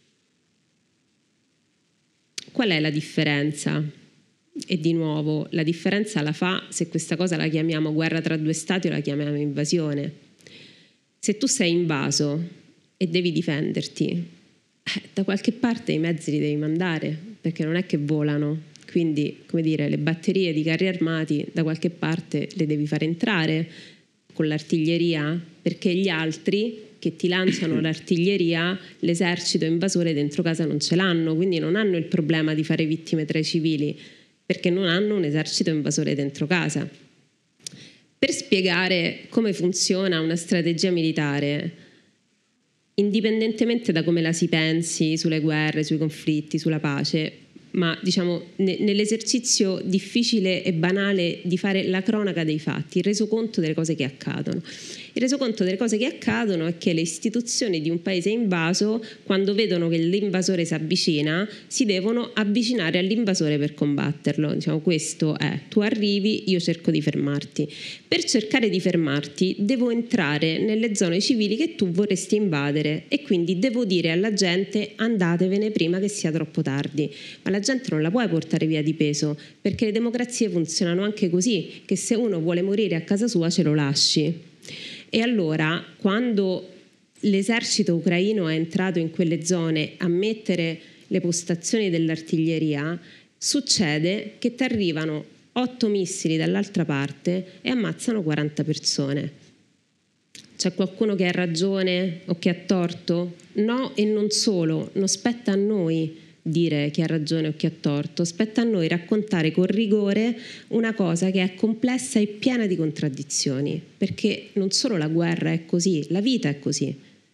Qual è la differenza? E di nuovo, la differenza la fa se questa cosa la chiamiamo guerra tra due stati o la chiamiamo invasione. Se tu sei invaso e devi difenderti, eh, da qualche parte i mezzi li devi mandare, perché non è che volano. Quindi, come dire, le batterie di carri armati da qualche parte le devi far entrare. con l'artiglieria, perché gli altri che ti lanciano l'artiglieria, l'esercito invasore dentro casa non ce l'hanno, quindi non hanno il problema di fare vittime tra i civili, perché non hanno un esercito invasore dentro casa. Per spiegare come funziona una strategia militare, indipendentemente da come la si pensi sulle guerre, sui conflitti, sulla pace, ma diciamo ne, nell'esercizio difficile e banale di fare la cronaca dei fatti, il resoconto delle cose che accadono. Il resoconto delle cose che accadono è che le istituzioni di un paese invaso, quando vedono che l'invasore si avvicina, si devono avvicinare all'invasore per combatterlo. Diciamo, questo è: tu arrivi, io cerco di fermarti. Per cercare di fermarti devo entrare nelle zone civili che tu vorresti invadere e quindi devo dire alla gente: andatevene prima che sia troppo tardi. Ma la gente non la puoi portare via di peso, perché le democrazie funzionano anche così, che se uno vuole morire a casa sua ce lo lasci. E allora, quando l'esercito ucraino è entrato in quelle zone a mettere le postazioni dell'artiglieria, succede che ti arrivano otto missili dall'altra parte e ammazzano quaranta persone. C'è qualcuno che ha ragione o che ha torto? No, e non solo, non spetta a noi dire chi ha ragione o chi ha torto, spetta a noi raccontare con rigore una cosa che è complessa e piena di contraddizioni, perché non solo la guerra è così, la vita è così.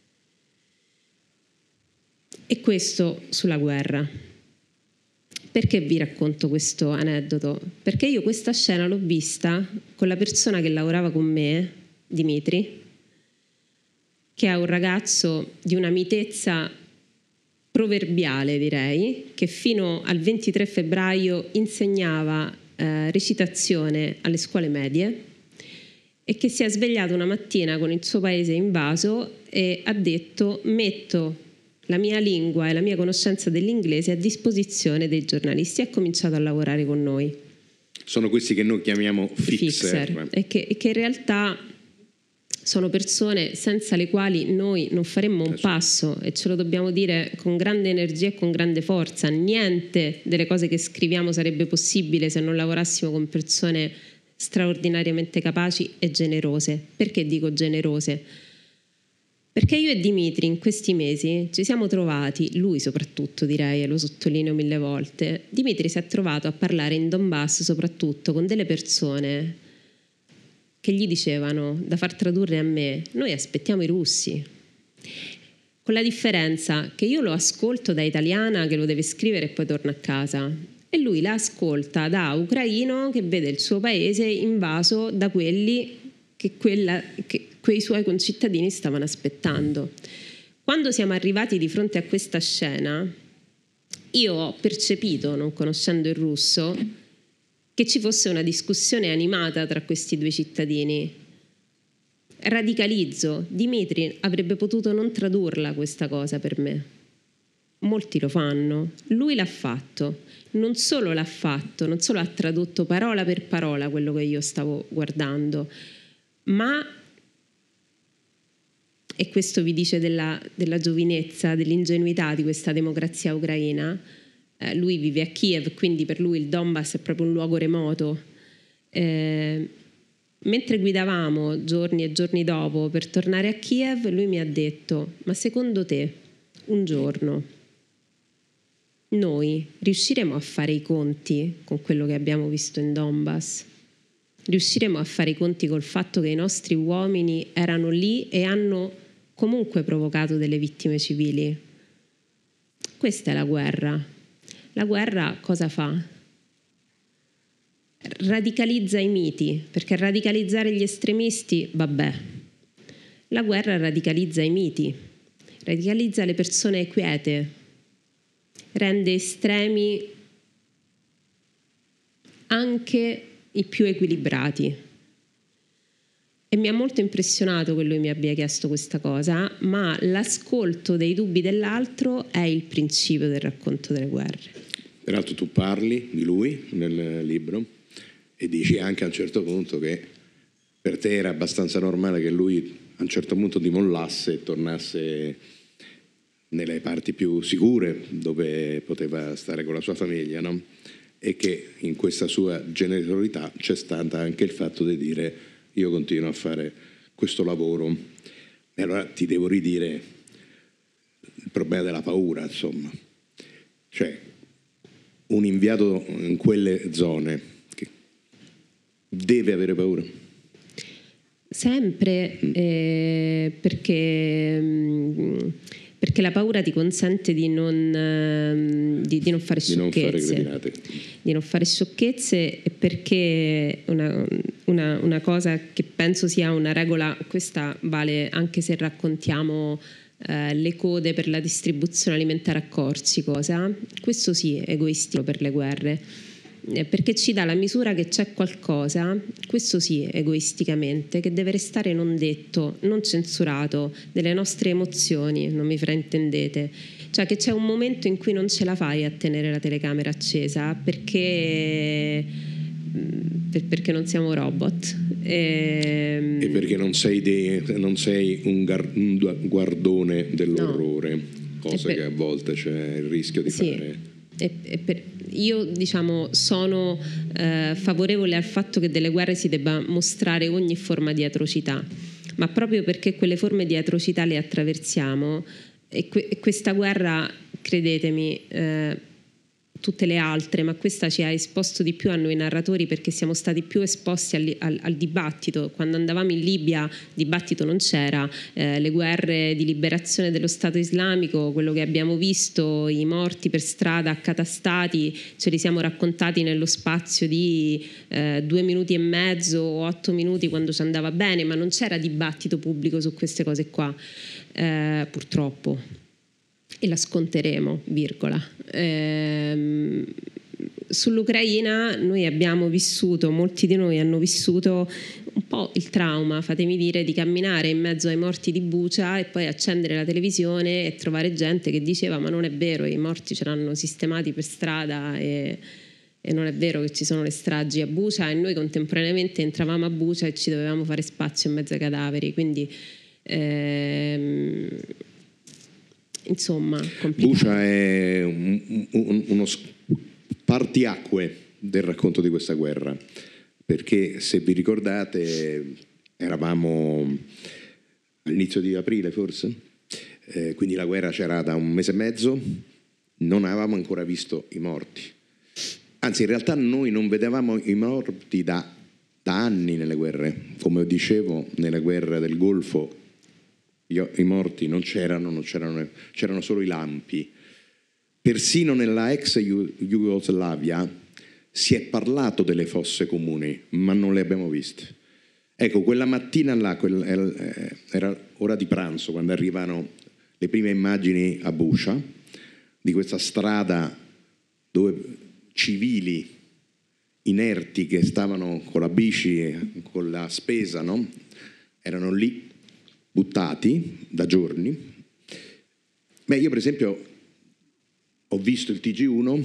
E questo sulla guerra. Perché vi racconto questo aneddoto? Perché io questa scena l'ho vista con la persona che lavorava con me, Dimitri, che è un ragazzo di una mitezza proverbiale, direi, che fino al ventitré febbraio insegnava eh, recitazione alle scuole medie e che si è svegliato una mattina con il suo paese invaso e ha detto: metto la mia lingua e la mia conoscenza dell'inglese a disposizione dei giornalisti, e ha cominciato a lavorare con noi. Sono questi che noi chiamiamo fixer, fixer e, che, e che in realtà sono persone senza le quali noi non faremmo un passo, e ce lo dobbiamo dire con grande energia e con grande forza. Niente delle cose che scriviamo sarebbe possibile se non lavorassimo con persone straordinariamente capaci e generose. Perché dico generose? Perché io e Dimitri in questi mesi ci siamo trovati, lui soprattutto direi, e lo sottolineo mille volte, Dimitri si è trovato a parlare in Donbass soprattutto con delle persone che gli dicevano, da far tradurre a me: noi aspettiamo i russi. Con la differenza che io lo ascolto da italiana che lo deve scrivere e poi torna a casa, e lui la ascolta da ucraino che vede il suo paese invaso da quelli che, quella, che quei suoi concittadini stavano aspettando. Quando siamo arrivati di fronte a questa scena, io ho percepito, non conoscendo il russo, che ci fosse una discussione animata tra questi due cittadini. Radicalizzo. Dimitri avrebbe potuto non tradurla questa cosa per me. Molti lo fanno. Lui l'ha fatto. Non solo l'ha fatto, non solo ha tradotto parola per parola quello che io stavo guardando, ma, e questo vi dice della, della giovinezza, dell'ingenuità di questa democrazia ucraina. Eh, lui vive a Kiev, quindi per lui il Donbass è proprio un luogo remoto. Eh, mentre guidavamo giorni e giorni dopo per tornare a Kiev, lui mi ha detto: ma secondo te un giorno noi riusciremo a fare i conti con quello che abbiamo visto in Donbass? Riusciremo a fare i conti col fatto che i nostri uomini erano lì e hanno comunque provocato delle vittime civili? Questa è la guerra. La guerra cosa fa? Radicalizza i miti, perché radicalizzare gli estremisti, vabbè. La guerra radicalizza i miti, radicalizza le persone quiete, rende estremi anche i più equilibrati. E mi ha molto impressionato che lui mi abbia chiesto questa cosa, ma l'ascolto dei dubbi dell'altro è il principio del racconto delle guerre. Peraltro tu parli di lui nel libro e dici anche a un certo punto che per te era abbastanza normale che lui a un certo punto dimollasse e tornasse nelle parti più sicure dove poteva stare con la sua famiglia, no? E che in questa sua generosità c'è stata anche il fatto di dire: io continuo a fare questo lavoro. E allora ti devo ridire il problema della paura, insomma. Cioè, un inviato in quelle zone che deve avere paura? Sempre, eh, perché, perché la paura ti consente di non, di, di non fare sciocchezze. Di non fare di non fare sciocchezze, e perché una, una, una cosa che penso sia una regola, questa vale anche se raccontiamo eh, le code per la distribuzione alimentare a Corsico, questo sì, egoistico per le guerre, perché ci dà la misura che c'è qualcosa, questo sì, egoisticamente, che deve restare non detto, non censurato, delle nostre emozioni, non mi fraintendete, cioè che c'è un momento in cui non ce la fai a tenere la telecamera accesa perché, perché non siamo robot e, e perché non sei, dei, non sei un, gar, un guardone dell'orrore, no. Cosa per, che a volte c'è il rischio di sì. fare. E, e per, io diciamo sono eh, favorevole al fatto che delle guerre si debba mostrare ogni forma di atrocità, ma proprio perché quelle forme di atrocità le attraversiamo, e, que- e questa guerra, credetemi, eh, tutte le altre, ma questa ci ha esposto di più a noi narratori, perché siamo stati più esposti al, al, al dibattito. Quando andavamo in Libia dibattito non c'era, eh, le guerre di liberazione dello Stato islamico, quello che abbiamo visto, i morti per strada accatastati, ce li siamo raccontati nello spazio di eh, due minuti e mezzo o otto minuti quando ci andava bene, ma non c'era dibattito pubblico su queste cose qua, eh, purtroppo. E la sconteremo, virgola. Ehm, sull'Ucraina noi abbiamo vissuto, molti di noi hanno vissuto un po' il trauma, fatemi dire, di camminare in mezzo ai morti di Bucha e poi accendere la televisione e trovare gente che diceva ma non è vero, i morti ce l'hanno sistemati per strada e, e non è vero che ci sono le stragi a Bucha, e noi contemporaneamente entravamo a Bucha e ci dovevamo fare spazio in mezzo ai cadaveri, quindi ehm, insomma, complicato. Bucha è un, un, uno spartiacque del racconto di questa guerra, perché se vi ricordate eravamo all'inizio di aprile forse, eh, quindi la guerra c'era da un mese e mezzo, non avevamo ancora visto i morti, anzi in realtà noi non vedevamo i morti da, da anni nelle guerre, come dicevo nelle guerre del Golfo. I morti non c'erano, non c'erano, c'erano solo i lampi. Persino nella ex Jugoslavia si è parlato delle fosse comuni, ma non le abbiamo viste. Ecco, quella mattina là, era ora di pranzo, quando arrivano le prime immagini a Bucha, di questa strada dove civili inerti che stavano con la bici, con la spesa, no? Erano lì, buttati da giorni. Beh, io per esempio ho visto il T G uno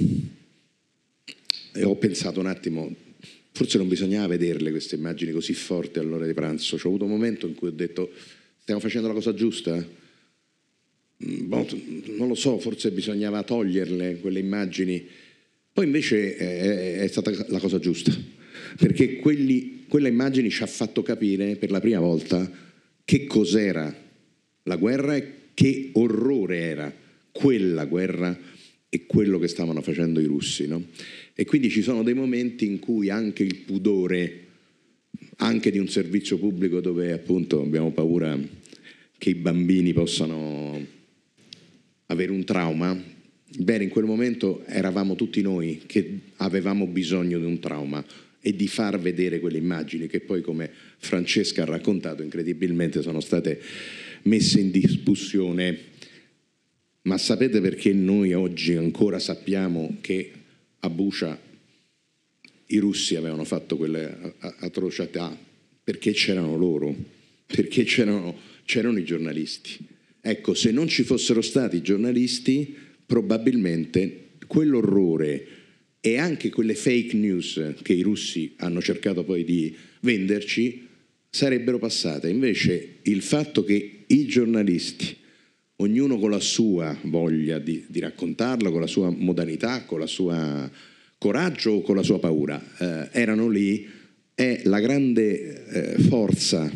e ho pensato un attimo, forse non bisognava vederle queste immagini così forti all'ora di pranzo. C'ho avuto un momento in cui ho detto, stiamo facendo la cosa giusta? Boh, non lo so, forse bisognava toglierle quelle immagini. Poi invece è, è stata la cosa giusta, perché quelli, quella immagine ci ha fatto capire per la prima volta che cos'era la guerra e che orrore era quella guerra e quello che stavano facendo i russi, no? E quindi ci sono dei momenti in cui anche il pudore, anche di un servizio pubblico dove appunto abbiamo paura che i bambini possano avere un trauma, bene, in quel momento eravamo tutti noi che avevamo bisogno di un trauma e di far vedere quelle immagini che poi, come Francesca ha raccontato, incredibilmente sono state messe in discussione. Ma sapete perché noi oggi ancora sappiamo che a Bucha i russi avevano fatto quelle atrocità? Perché c'erano loro, perché c'erano, c'erano i giornalisti. Ecco, se non ci fossero stati i giornalisti, probabilmente quell'orrore e anche quelle fake news che i russi hanno cercato poi di venderci sarebbero passate. Invece il fatto che i giornalisti, ognuno con la sua voglia di, di raccontarlo, con la sua modalità, con la sua coraggio o con la sua paura, eh, erano lì, è la grande eh, forza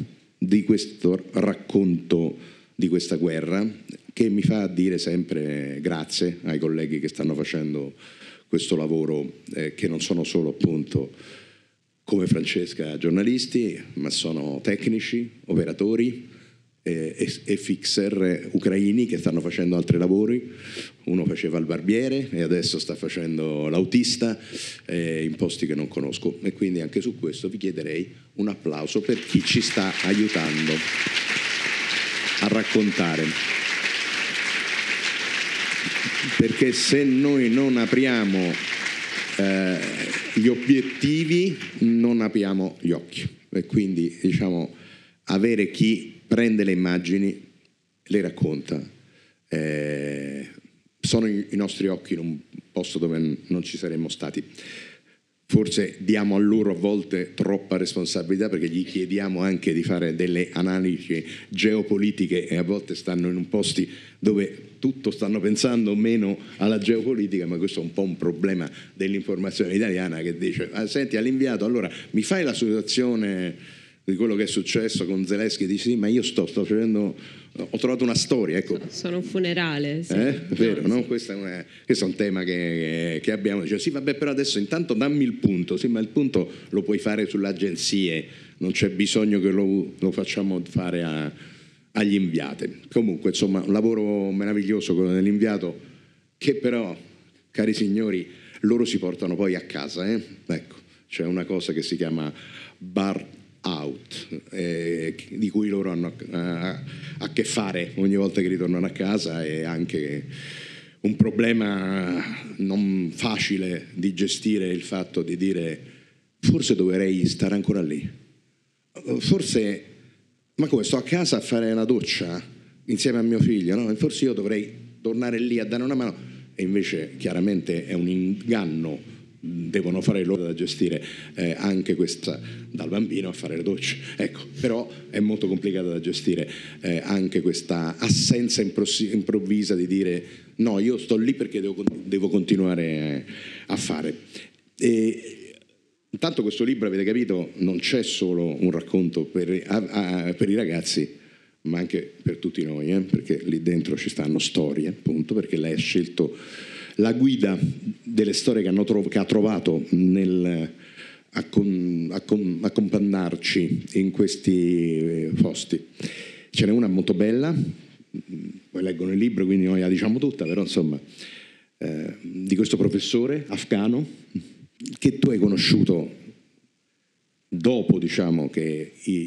di questo racconto di questa guerra, che mi fa dire sempre grazie ai colleghi che stanno facendo questo lavoro, eh, che non sono solo appunto come Francesca giornalisti, ma sono tecnici, operatori eh, e, e fixer ucraini che stanno facendo altri lavori. Uno faceva il barbiere e adesso sta facendo l'autista eh, in posti che non conosco, e quindi anche su questo vi chiederei un applauso per chi ci sta aiutando a raccontare, perché se noi non apriamo eh, gli obiettivi non apriamo gli occhi, e quindi diciamo avere chi prende le immagini, le racconta, eh, sono i, i nostri occhi in un posto dove non ci saremmo stati. Forse diamo a loro a volte troppa responsabilità, perché gli chiediamo anche di fare delle analisi geopolitiche e a volte stanno in un posti dove tutto stanno pensando meno alla geopolitica, ma questo è un po' un problema dell'informazione italiana, che dice ah, senti all'inviato, allora mi fai la situazione di quello che è successo con Zelensky? Dici sì, ma io sto, sto facendo, ho trovato una storia, ecco. Sono un funerale, sì. Eh? Vero, no, no? Sì. Questo, è una, questo è un tema che, che abbiamo. Dice, sì, vabbè, però adesso intanto dammi il punto. Sì, ma il punto lo puoi fare sulle agenzie, non c'è bisogno che lo, lo facciamo fare a, agli inviati. Comunque, insomma, un lavoro meraviglioso quello dell'inviato, che però, cari signori, loro si portano poi a casa. Eh? Ecco, c'è una cosa che si chiama bar out, eh, di cui loro hanno a, a che fare ogni volta che ritornano a casa, e anche un problema non facile di gestire il fatto di dire forse dovrei stare ancora lì, forse, ma come, sto a casa a fare la doccia insieme a mio figlio, no? Forse io dovrei tornare lì a dare una mano, e invece chiaramente è un inganno. Devono fare loro da gestire eh, anche questa, dal bambino a fare le docce, ecco, però è molto complicata da gestire eh, anche questa assenza improvvisa di dire no, io sto lì perché devo, devo continuare a fare. E intanto questo libro, avete capito, non c'è solo un racconto per, a, a, per i ragazzi, ma anche per tutti noi, eh, perché lì dentro ci stanno storie, appunto, perché lei ha scelto la guida delle storie che, hanno trov- che ha trovato nel accom- accom- accompagnarci in questi posti. Ce n'è una molto bella, poi leggo nel libro, quindi noi la diciamo tutta, però insomma, eh, di questo professore afghano che tu hai conosciuto dopo, diciamo, che i,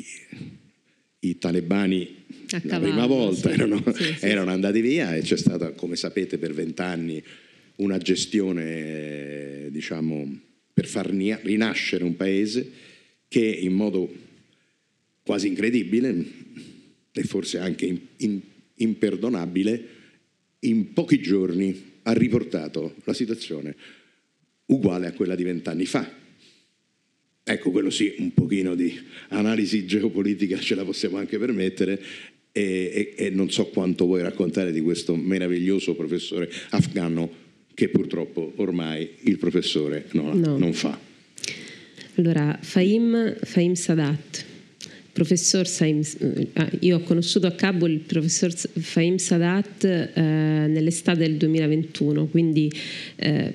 i talebani a la cavallo, prima volta sì, erano, sì, sì, erano andati via, e c'è stata, come sapete, per vent'anni una gestione, diciamo, per far rinascere un paese che in modo quasi incredibile e forse anche in, in, imperdonabile, in pochi giorni ha riportato la situazione uguale a quella di vent'anni fa. Ecco, quello sì, un pochino di analisi geopolitica ce la possiamo anche permettere, e, e, e non so quanto vuoi raccontare di questo meraviglioso professore afghano che purtroppo ormai il professore non, no. non fa. Allora, Fahim, Fahim Sadat, professor Saim, ah, io ho conosciuto a Kabul il professor Fahim Sadat eh, nell'estate del duemilaventuno, quindi eh,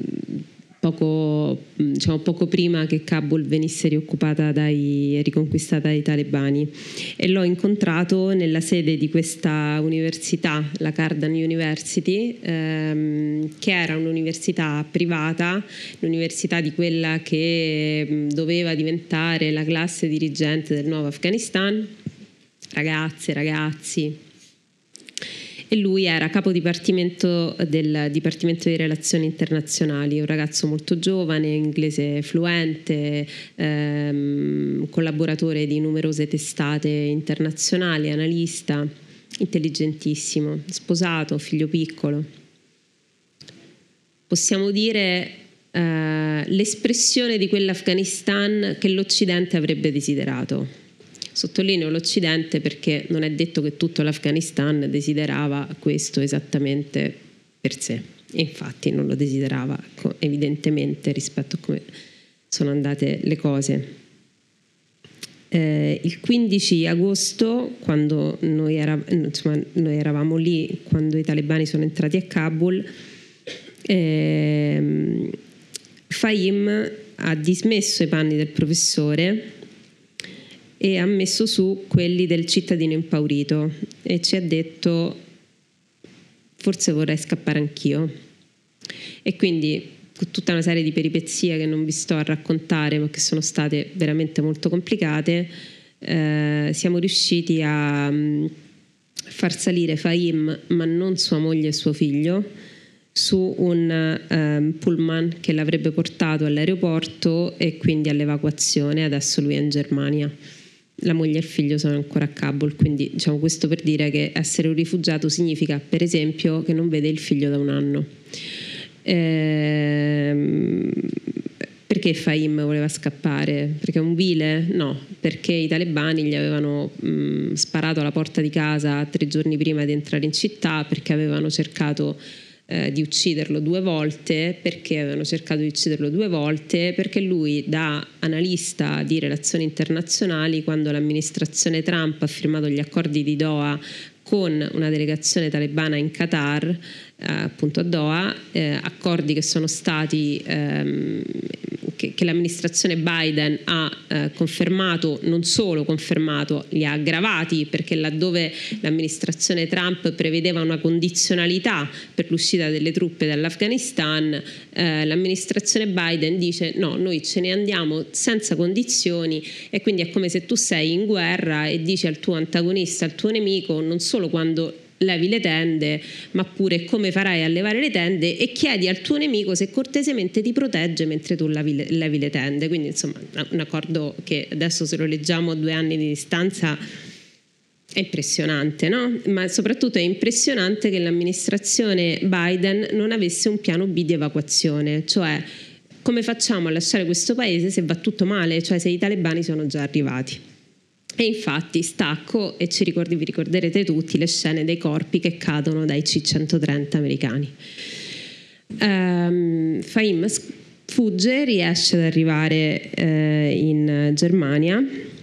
poco, diciamo, poco prima che Kabul venisse rioccupata dai, riconquistata dai talebani, e l'ho incontrato nella sede di questa università, la Cardan University, ehm, che era un'università privata, l'università di quella che doveva diventare la classe dirigente del nuovo Afghanistan, ragazze, ragazzi. E lui era capo dipartimento del Dipartimento di Relazioni Internazionali, un ragazzo molto giovane, inglese fluente, ehm, collaboratore di numerose testate internazionali, analista, intelligentissimo, sposato, figlio piccolo. Possiamo dire eh, l'espressione di quell'Afghanistan che l'Occidente avrebbe desiderato. Sottolineo l'Occidente perché non è detto che tutto l'Afghanistan desiderava questo esattamente per sé. E infatti non lo desiderava evidentemente rispetto a come sono andate le cose. Eh, il quindici agosto, quando noi, era, insomma, noi eravamo lì, quando i talebani sono entrati a Kabul, eh, Fahim ha dismesso i panni del professore e ha messo su quelli del cittadino impaurito e ci ha detto: forse vorrei scappare anch'io. E quindi tutta una serie di peripezie che non vi sto a raccontare, ma che sono state veramente molto complicate, eh, siamo riusciti a um, far salire Fahim, ma non sua moglie e suo figlio, su un um, pullman che l'avrebbe portato all'aeroporto e quindi all'evacuazione. Adesso lui è in Germania. La moglie e il figlio sono ancora a Kabul, quindi diciamo questo per dire che essere un rifugiato significa, per esempio, che non vede il figlio da un anno. Ehm, perché Fahim voleva scappare? Perché è un vile? No, perché i talebani gli avevano mh, sparato alla porta di casa tre giorni prima di entrare in città, perché avevano cercato eh, di ucciderlo due volte, perché avevano cercato di ucciderlo due volte, perché lui, da analista di relazioni internazionali, quando l'amministrazione Trump ha firmato gli accordi di Doha con una delegazione talebana in Qatar, eh, appunto a Doha, eh, accordi che sono stati ehm, che, che l'amministrazione Biden ha eh, confermato, non solo confermato, li ha aggravati, perché laddove l'amministrazione Trump prevedeva una condizionalità per l'uscita delle truppe dall'Afghanistan, eh, l'amministrazione Biden dice no, noi ce ne andiamo senza condizioni, e quindi è come se tu sei in guerra e dici al tuo antagonista, al tuo nemico, non solo quando levi le tende, ma pure come farai a levare le tende, e chiedi al tuo nemico se cortesemente ti protegge mentre tu levi le, levi le tende. Quindi insomma un accordo che adesso, se lo leggiamo a due anni di distanza, è impressionante, no? Ma soprattutto è impressionante che l'amministrazione Biden non avesse un piano B di evacuazione, cioè come facciamo a lasciare questo paese se va tutto male, cioè se i talebani sono già arrivati. E infatti stacco e ci ricordi, vi ricorderete tutti le scene dei corpi che cadono dai C centotrenta americani. Um, Fahim fugge, riesce ad arrivare eh, in Germania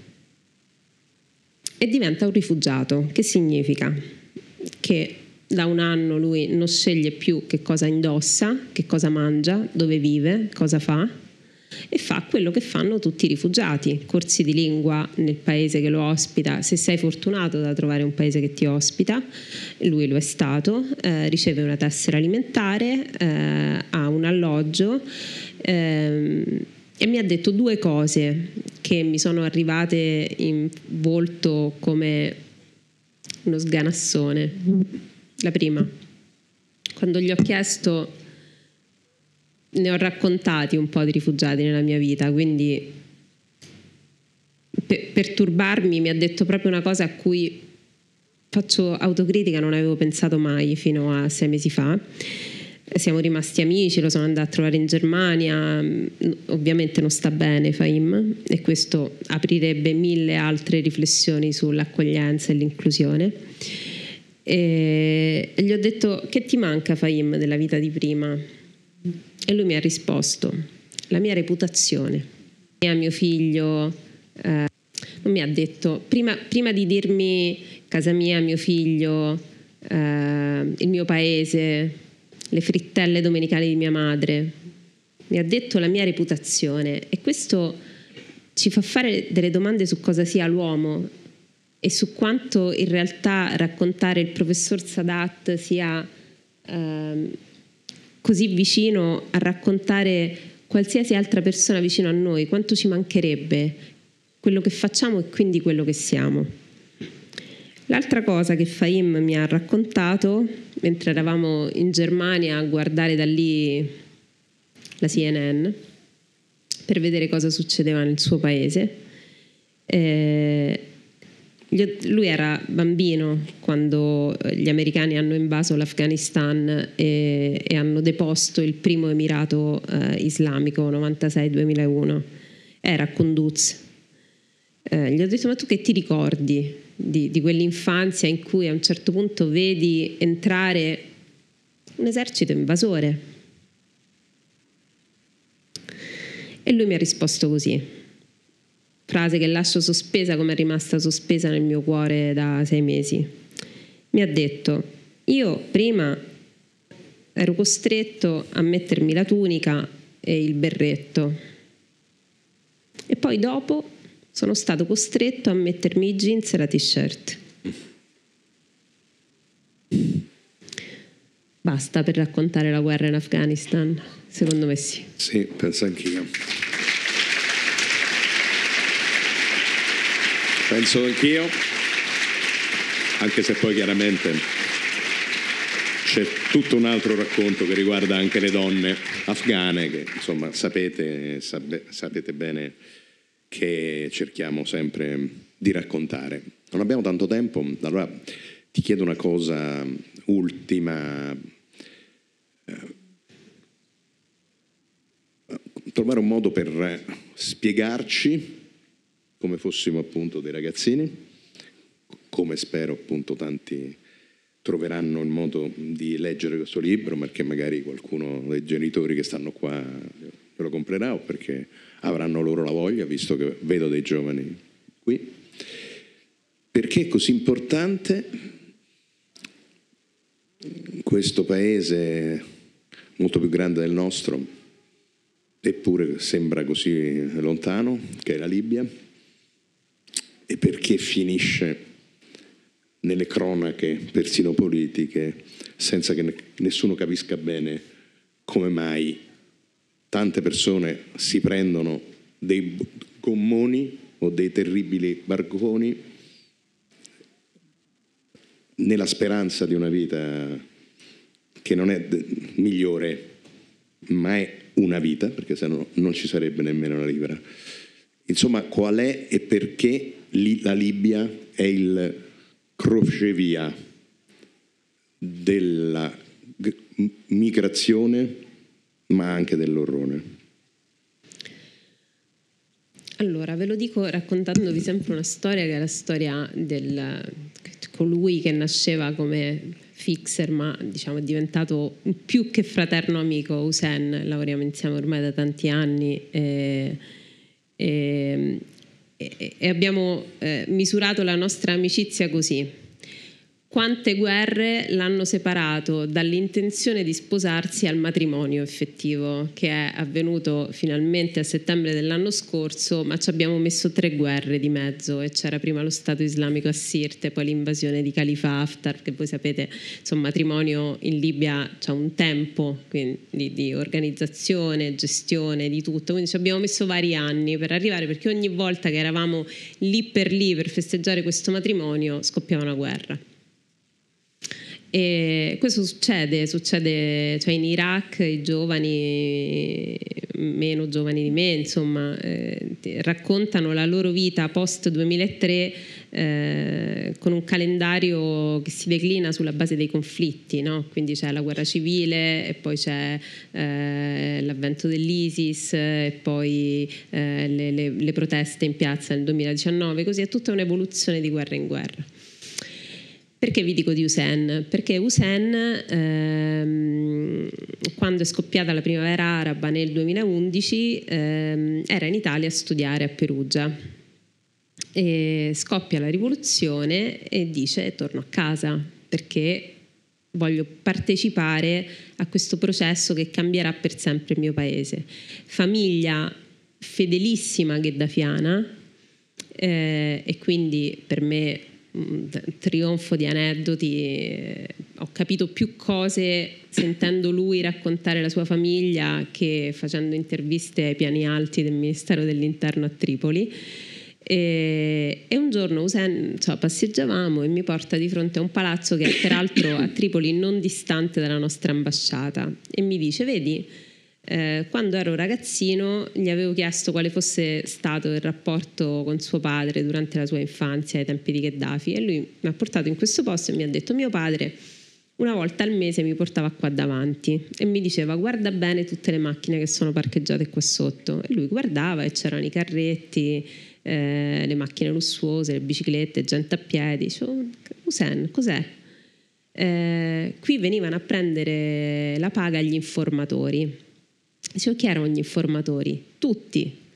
e diventa un rifugiato. Che significa? Che da un anno lui non sceglie più che cosa indossa, che cosa mangia, dove vive, cosa fa, e fa quello che fanno tutti i rifugiati: corsi di lingua nel paese che lo ospita, se sei fortunato da trovare un paese che ti ospita, lui lo è stato, eh, riceve una tessera alimentare, eh, ha un alloggio, eh, e mi ha detto due cose che mi sono arrivate in volto come uno sganassone. La prima, quando gli ho chiesto, ne ho raccontati un po' di rifugiati nella mia vita, quindi per, per turbarmi mi ha detto proprio una cosa a cui faccio autocritica, non avevo pensato mai fino a sei mesi fa. Siamo rimasti amici, lo sono andata a trovare in Germania, ovviamente non sta bene Fahim, e questo aprirebbe mille altre riflessioni sull'accoglienza e l'inclusione. E gli ho detto: che ti manca Fahim della vita di prima? E lui mi ha risposto: la mia reputazione. A mio figlio eh, non mi ha detto, prima, prima di dirmi casa mia, mio figlio, eh, il mio paese, le frittelle domenicali di mia madre, mi ha detto la mia reputazione. E questo ci fa fare delle domande su cosa sia l'uomo e su quanto in realtà raccontare il professor Sadat sia eh, così vicino a raccontare qualsiasi altra persona vicino a noi, quanto ci mancherebbe quello che facciamo e quindi quello che siamo. L'altra cosa che Fahim mi ha raccontato, mentre eravamo in Germania a guardare da lì la C N N per vedere cosa succedeva nel suo paese, eh, lui era bambino quando gli americani hanno invaso l'Afghanistan e, e hanno deposto il primo emirato eh, islamico novantasei duemilauno. Era a Kunduz. Eh, gli ho detto: ma tu che ti ricordi di, di quell'infanzia in cui a un certo punto vedi entrare un esercito invasore? E lui mi ha risposto così: frase che lascio sospesa come è rimasta sospesa nel mio cuore da sei mesi. Mi ha detto: io prima ero costretto a mettermi la tunica e il berretto e poi dopo sono stato costretto a mettermi i jeans e la t-shirt. Basta per raccontare la guerra in Afghanistan? Secondo me sì. Sì, penso anch'io. Penso anch'io, anche se poi chiaramente c'è tutto un altro racconto che riguarda anche le donne afghane, che insomma sapete, sape, sapete bene che cerchiamo sempre di raccontare. Non abbiamo tanto tempo, allora ti chiedo una cosa ultima. Trovare un modo per spiegarci, come fossimo appunto dei ragazzini, come spero appunto tanti troveranno il modo di leggere questo libro, perché magari qualcuno dei genitori che stanno qua lo comprerà o perché avranno loro la voglia, visto che vedo dei giovani qui. Perché è così importante questo paese molto più grande del nostro, eppure sembra così lontano, che è la Libia, e perché finisce nelle cronache, persino politiche, senza che nessuno capisca bene come mai tante persone si prendono dei gommoni o dei terribili barconi nella speranza di una vita che non è migliore, ma è una vita, perché sennò non ci sarebbe nemmeno una libera. Insomma, qual è e perché la Libia è il crocevia della migrazione, ma anche dell'orrore? Allora, ve lo dico raccontandovi sempre una storia che è la storia del colui che nasceva come fixer, ma diciamo è diventato più che fraterno amico, Hussein. Lavoriamo insieme ormai da tanti anni e, e, e abbiamo eh, misurato la nostra amicizia così. Quante guerre l'hanno separato dall'intenzione di sposarsi al matrimonio effettivo, che è avvenuto finalmente a settembre dell'anno scorso, ma ci abbiamo messo tre guerre di mezzo, e c'era prima lo Stato islamico a Sirte, poi l'invasione di Khalifa Haftar, che voi sapete, insomma, matrimonio in Libia c'ha un tempo quindi, di organizzazione, gestione, di tutto, quindi ci abbiamo messo vari anni per arrivare, perché ogni volta che eravamo lì per lì per festeggiare questo matrimonio scoppiava una guerra. E questo succede, succede cioè in Iraq i giovani, meno giovani di me, insomma, eh, raccontano la loro vita post duemilatré eh, con un calendario che si declina sulla base dei conflitti, no? Quindi c'è la guerra civile e poi c'è eh, l'avvento dell'ISIS e poi eh, le, le, le proteste in piazza nel duemiladiciannove, così è tutta un'evoluzione di guerra in guerra. Perché vi dico di Hussein? Perché Hussein, ehm, quando è scoppiata la primavera araba nel duemilaundici, ehm, era in Italia a studiare a Perugia. E scoppia la rivoluzione e dice: torno a casa perché voglio partecipare a questo processo che cambierà per sempre il mio paese. Famiglia fedelissima gheddafiana, eh, e quindi per me un trionfo di aneddoti. Ho capito più cose sentendo lui raccontare la sua famiglia che facendo interviste ai piani alti del Ministero dell'Interno a Tripoli. E, e un giorno Hussein, cioè, passeggiavamo e mi porta di fronte a un palazzo che è peraltro a Tripoli non distante dalla nostra ambasciata, e mi dice: vedi, Eh, quando ero ragazzino gli avevo chiesto quale fosse stato il rapporto con suo padre durante la sua infanzia ai tempi di Gheddafi, e lui mi ha portato in questo posto e mi ha detto: mio padre una volta al mese mi portava qua davanti e mi diceva: guarda bene tutte le macchine che sono parcheggiate qua sotto. E lui guardava e c'erano i carretti, eh, le macchine lussuose, le biciclette, gente a piedi. Dicevo: Hussein, cos'è? Eh, qui venivano a prendere la paga gli informatori. Dicevo: chi erano gli informatori? Tutti.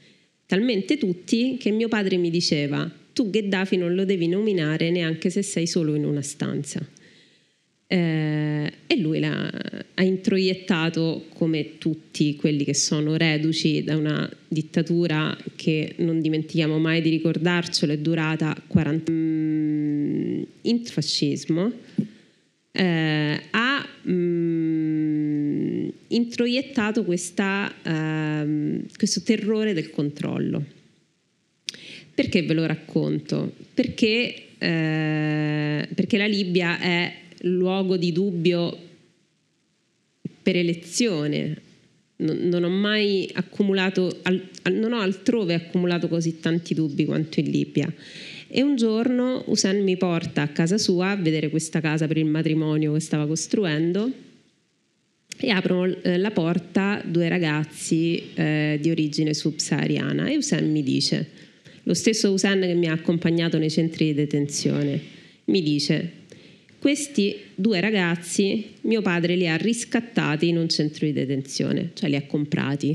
talmente tutti che mio padre mi diceva: tu Gheddafi non lo devi nominare neanche se sei solo in una stanza. Eh, e lui l'ha, ha introiettato, come tutti quelli che sono reduci da una dittatura che, non dimentichiamo mai di ricordarcelo, è durata quaranta anni. Il fascismo eh, ha mh, introiettato questa, eh, questo terrore del controllo. Perché ve lo racconto? Perché, eh, perché la Libia è luogo di dubbio per elezione. Non, non ho mai accumulato, al, non ho altrove accumulato così tanti dubbi quanto in Libia. E un giorno Hussein mi porta a casa sua a vedere questa casa per il matrimonio che stava costruendo, e aprono eh, la porta due ragazzi eh, di origine subsahariana, e Hussein mi dice, lo stesso Hussein che mi ha accompagnato nei centri di detenzione, mi dice: questi due ragazzi mio padre li ha riscattati in un centro di detenzione, cioè li ha comprati.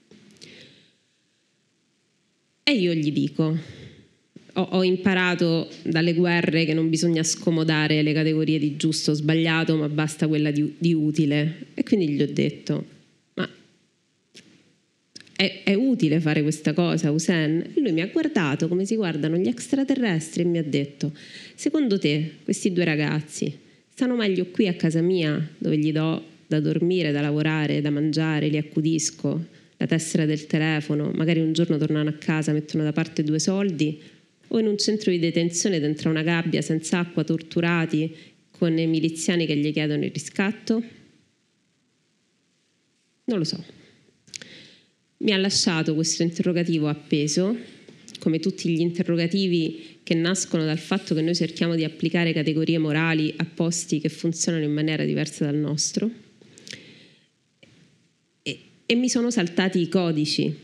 E io gli dico: ho, ho imparato dalle guerre che non bisogna scomodare le categorie di giusto o sbagliato, ma basta quella di, di utile. E quindi gli ho detto: ma è, è utile fare questa cosa, Hussein? E lui mi ha guardato come si guardano gli extraterrestri e mi ha detto: secondo te questi due ragazzi stanno meglio qui a casa mia, dove gli do da dormire, da lavorare, da mangiare, li accudisco, la tessera del telefono, magari un giorno tornano a casa, mettono da parte due soldi, o in un centro di detenzione dentro una gabbia senza acqua, torturati, con i miliziani che gli chiedono il riscatto? Non lo so. Mi ha lasciato questo interrogativo appeso, come tutti gli interrogativi che nascono dal fatto che noi cerchiamo di applicare categorie morali a posti che funzionano in maniera diversa dal nostro. E, e mi sono saltati i codici.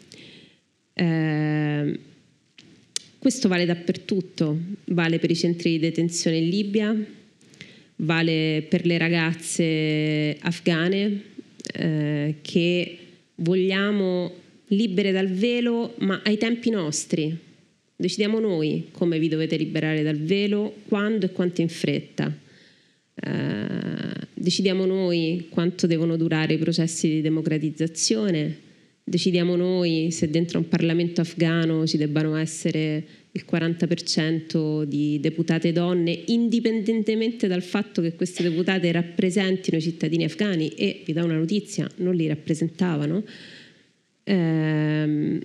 Eh, questo vale dappertutto, vale per i centri di detenzione in Libia, vale per le ragazze afghane eh, che vogliamo libere dal velo, ma ai tempi nostri. Decidiamo noi come vi dovete liberare dal velo, quando e quanto in fretta. Eh, decidiamo noi quanto devono durare i processi di democratizzazione. Decidiamo noi se dentro un Parlamento afghano ci debbano essere il quaranta per cento di deputate donne, indipendentemente dal fatto che queste deputate rappresentino i cittadini afghani, e vi do una notizia, non li rappresentavano. Ehm,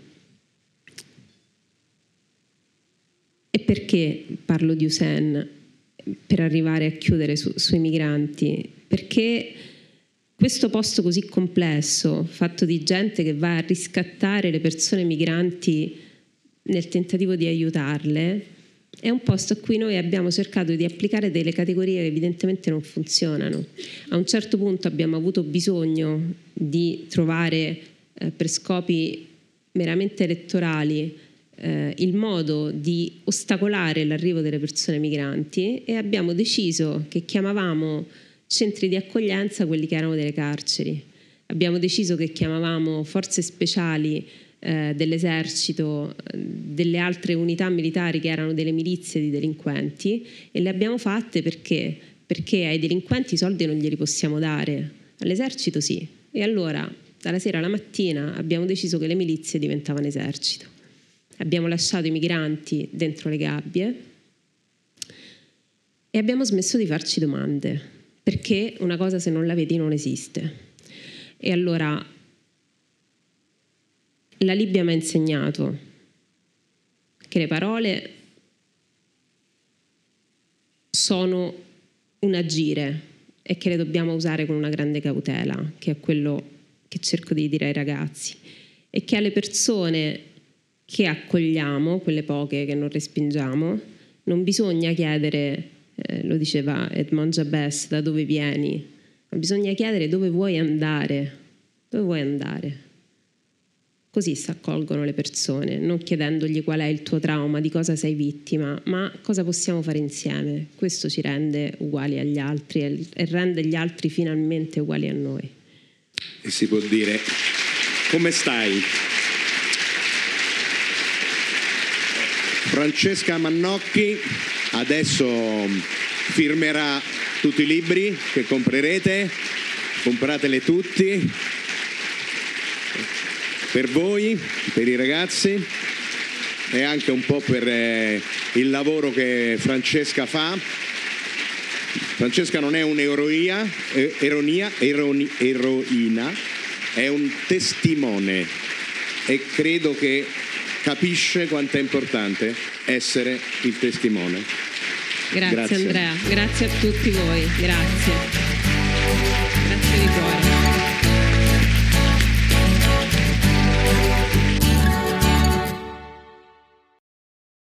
e perché parlo di Hussein per arrivare a chiudere su, sui migranti? Perché questo posto così complesso, fatto di gente che va a riscattare le persone migranti nel tentativo di aiutarle, è un posto a cui noi abbiamo cercato di applicare delle categorie che evidentemente non funzionano. A un certo punto abbiamo avuto bisogno di trovare eh, per scopi meramente elettorali eh, il modo di ostacolare l'arrivo delle persone migranti, e abbiamo deciso che chiamavamo centri di accoglienza quelli che erano delle carceri. Abbiamo deciso che chiamavamo forze speciali eh, dell'esercito, delle altre unità militari che erano delle milizie di delinquenti, e le abbiamo fatte perché? Perché ai delinquenti i soldi non glieli possiamo dare, all'esercito sì. E allora dalla sera alla mattina abbiamo deciso che le milizie diventavano esercito. Abbiamo lasciato i migranti dentro le gabbie e abbiamo smesso di farci domande, perché una cosa se non la vedi non esiste. E allora la Libia mi ha insegnato che le parole sono un agire e che le dobbiamo usare con una grande cautela, che è quello che cerco di dire ai ragazzi, e che alle persone che accogliamo, quelle poche che non respingiamo, non bisogna chiedere, eh, lo diceva Edmond Jabès, da dove vieni, ma bisogna chiedere dove vuoi andare, dove vuoi andare. Così si accolgono le persone, non chiedendogli qual è il tuo trauma, di cosa sei vittima, ma cosa possiamo fare insieme. Questo ci rende uguali agli altri e rende gli altri finalmente uguali a noi. E si può dire: come stai? Francesca Mannocchi adesso firmerà tutti i libri che comprerete, comprateli tutti, per voi, per i ragazzi e anche un po' per eh, il lavoro che Francesca fa. Francesca non è un'eroia, eh, eronia, eroni, eroina, è un testimone e credo che capisce quanto è importante essere il testimone. Grazie, grazie Andrea, grazie a tutti voi, grazie. Grazie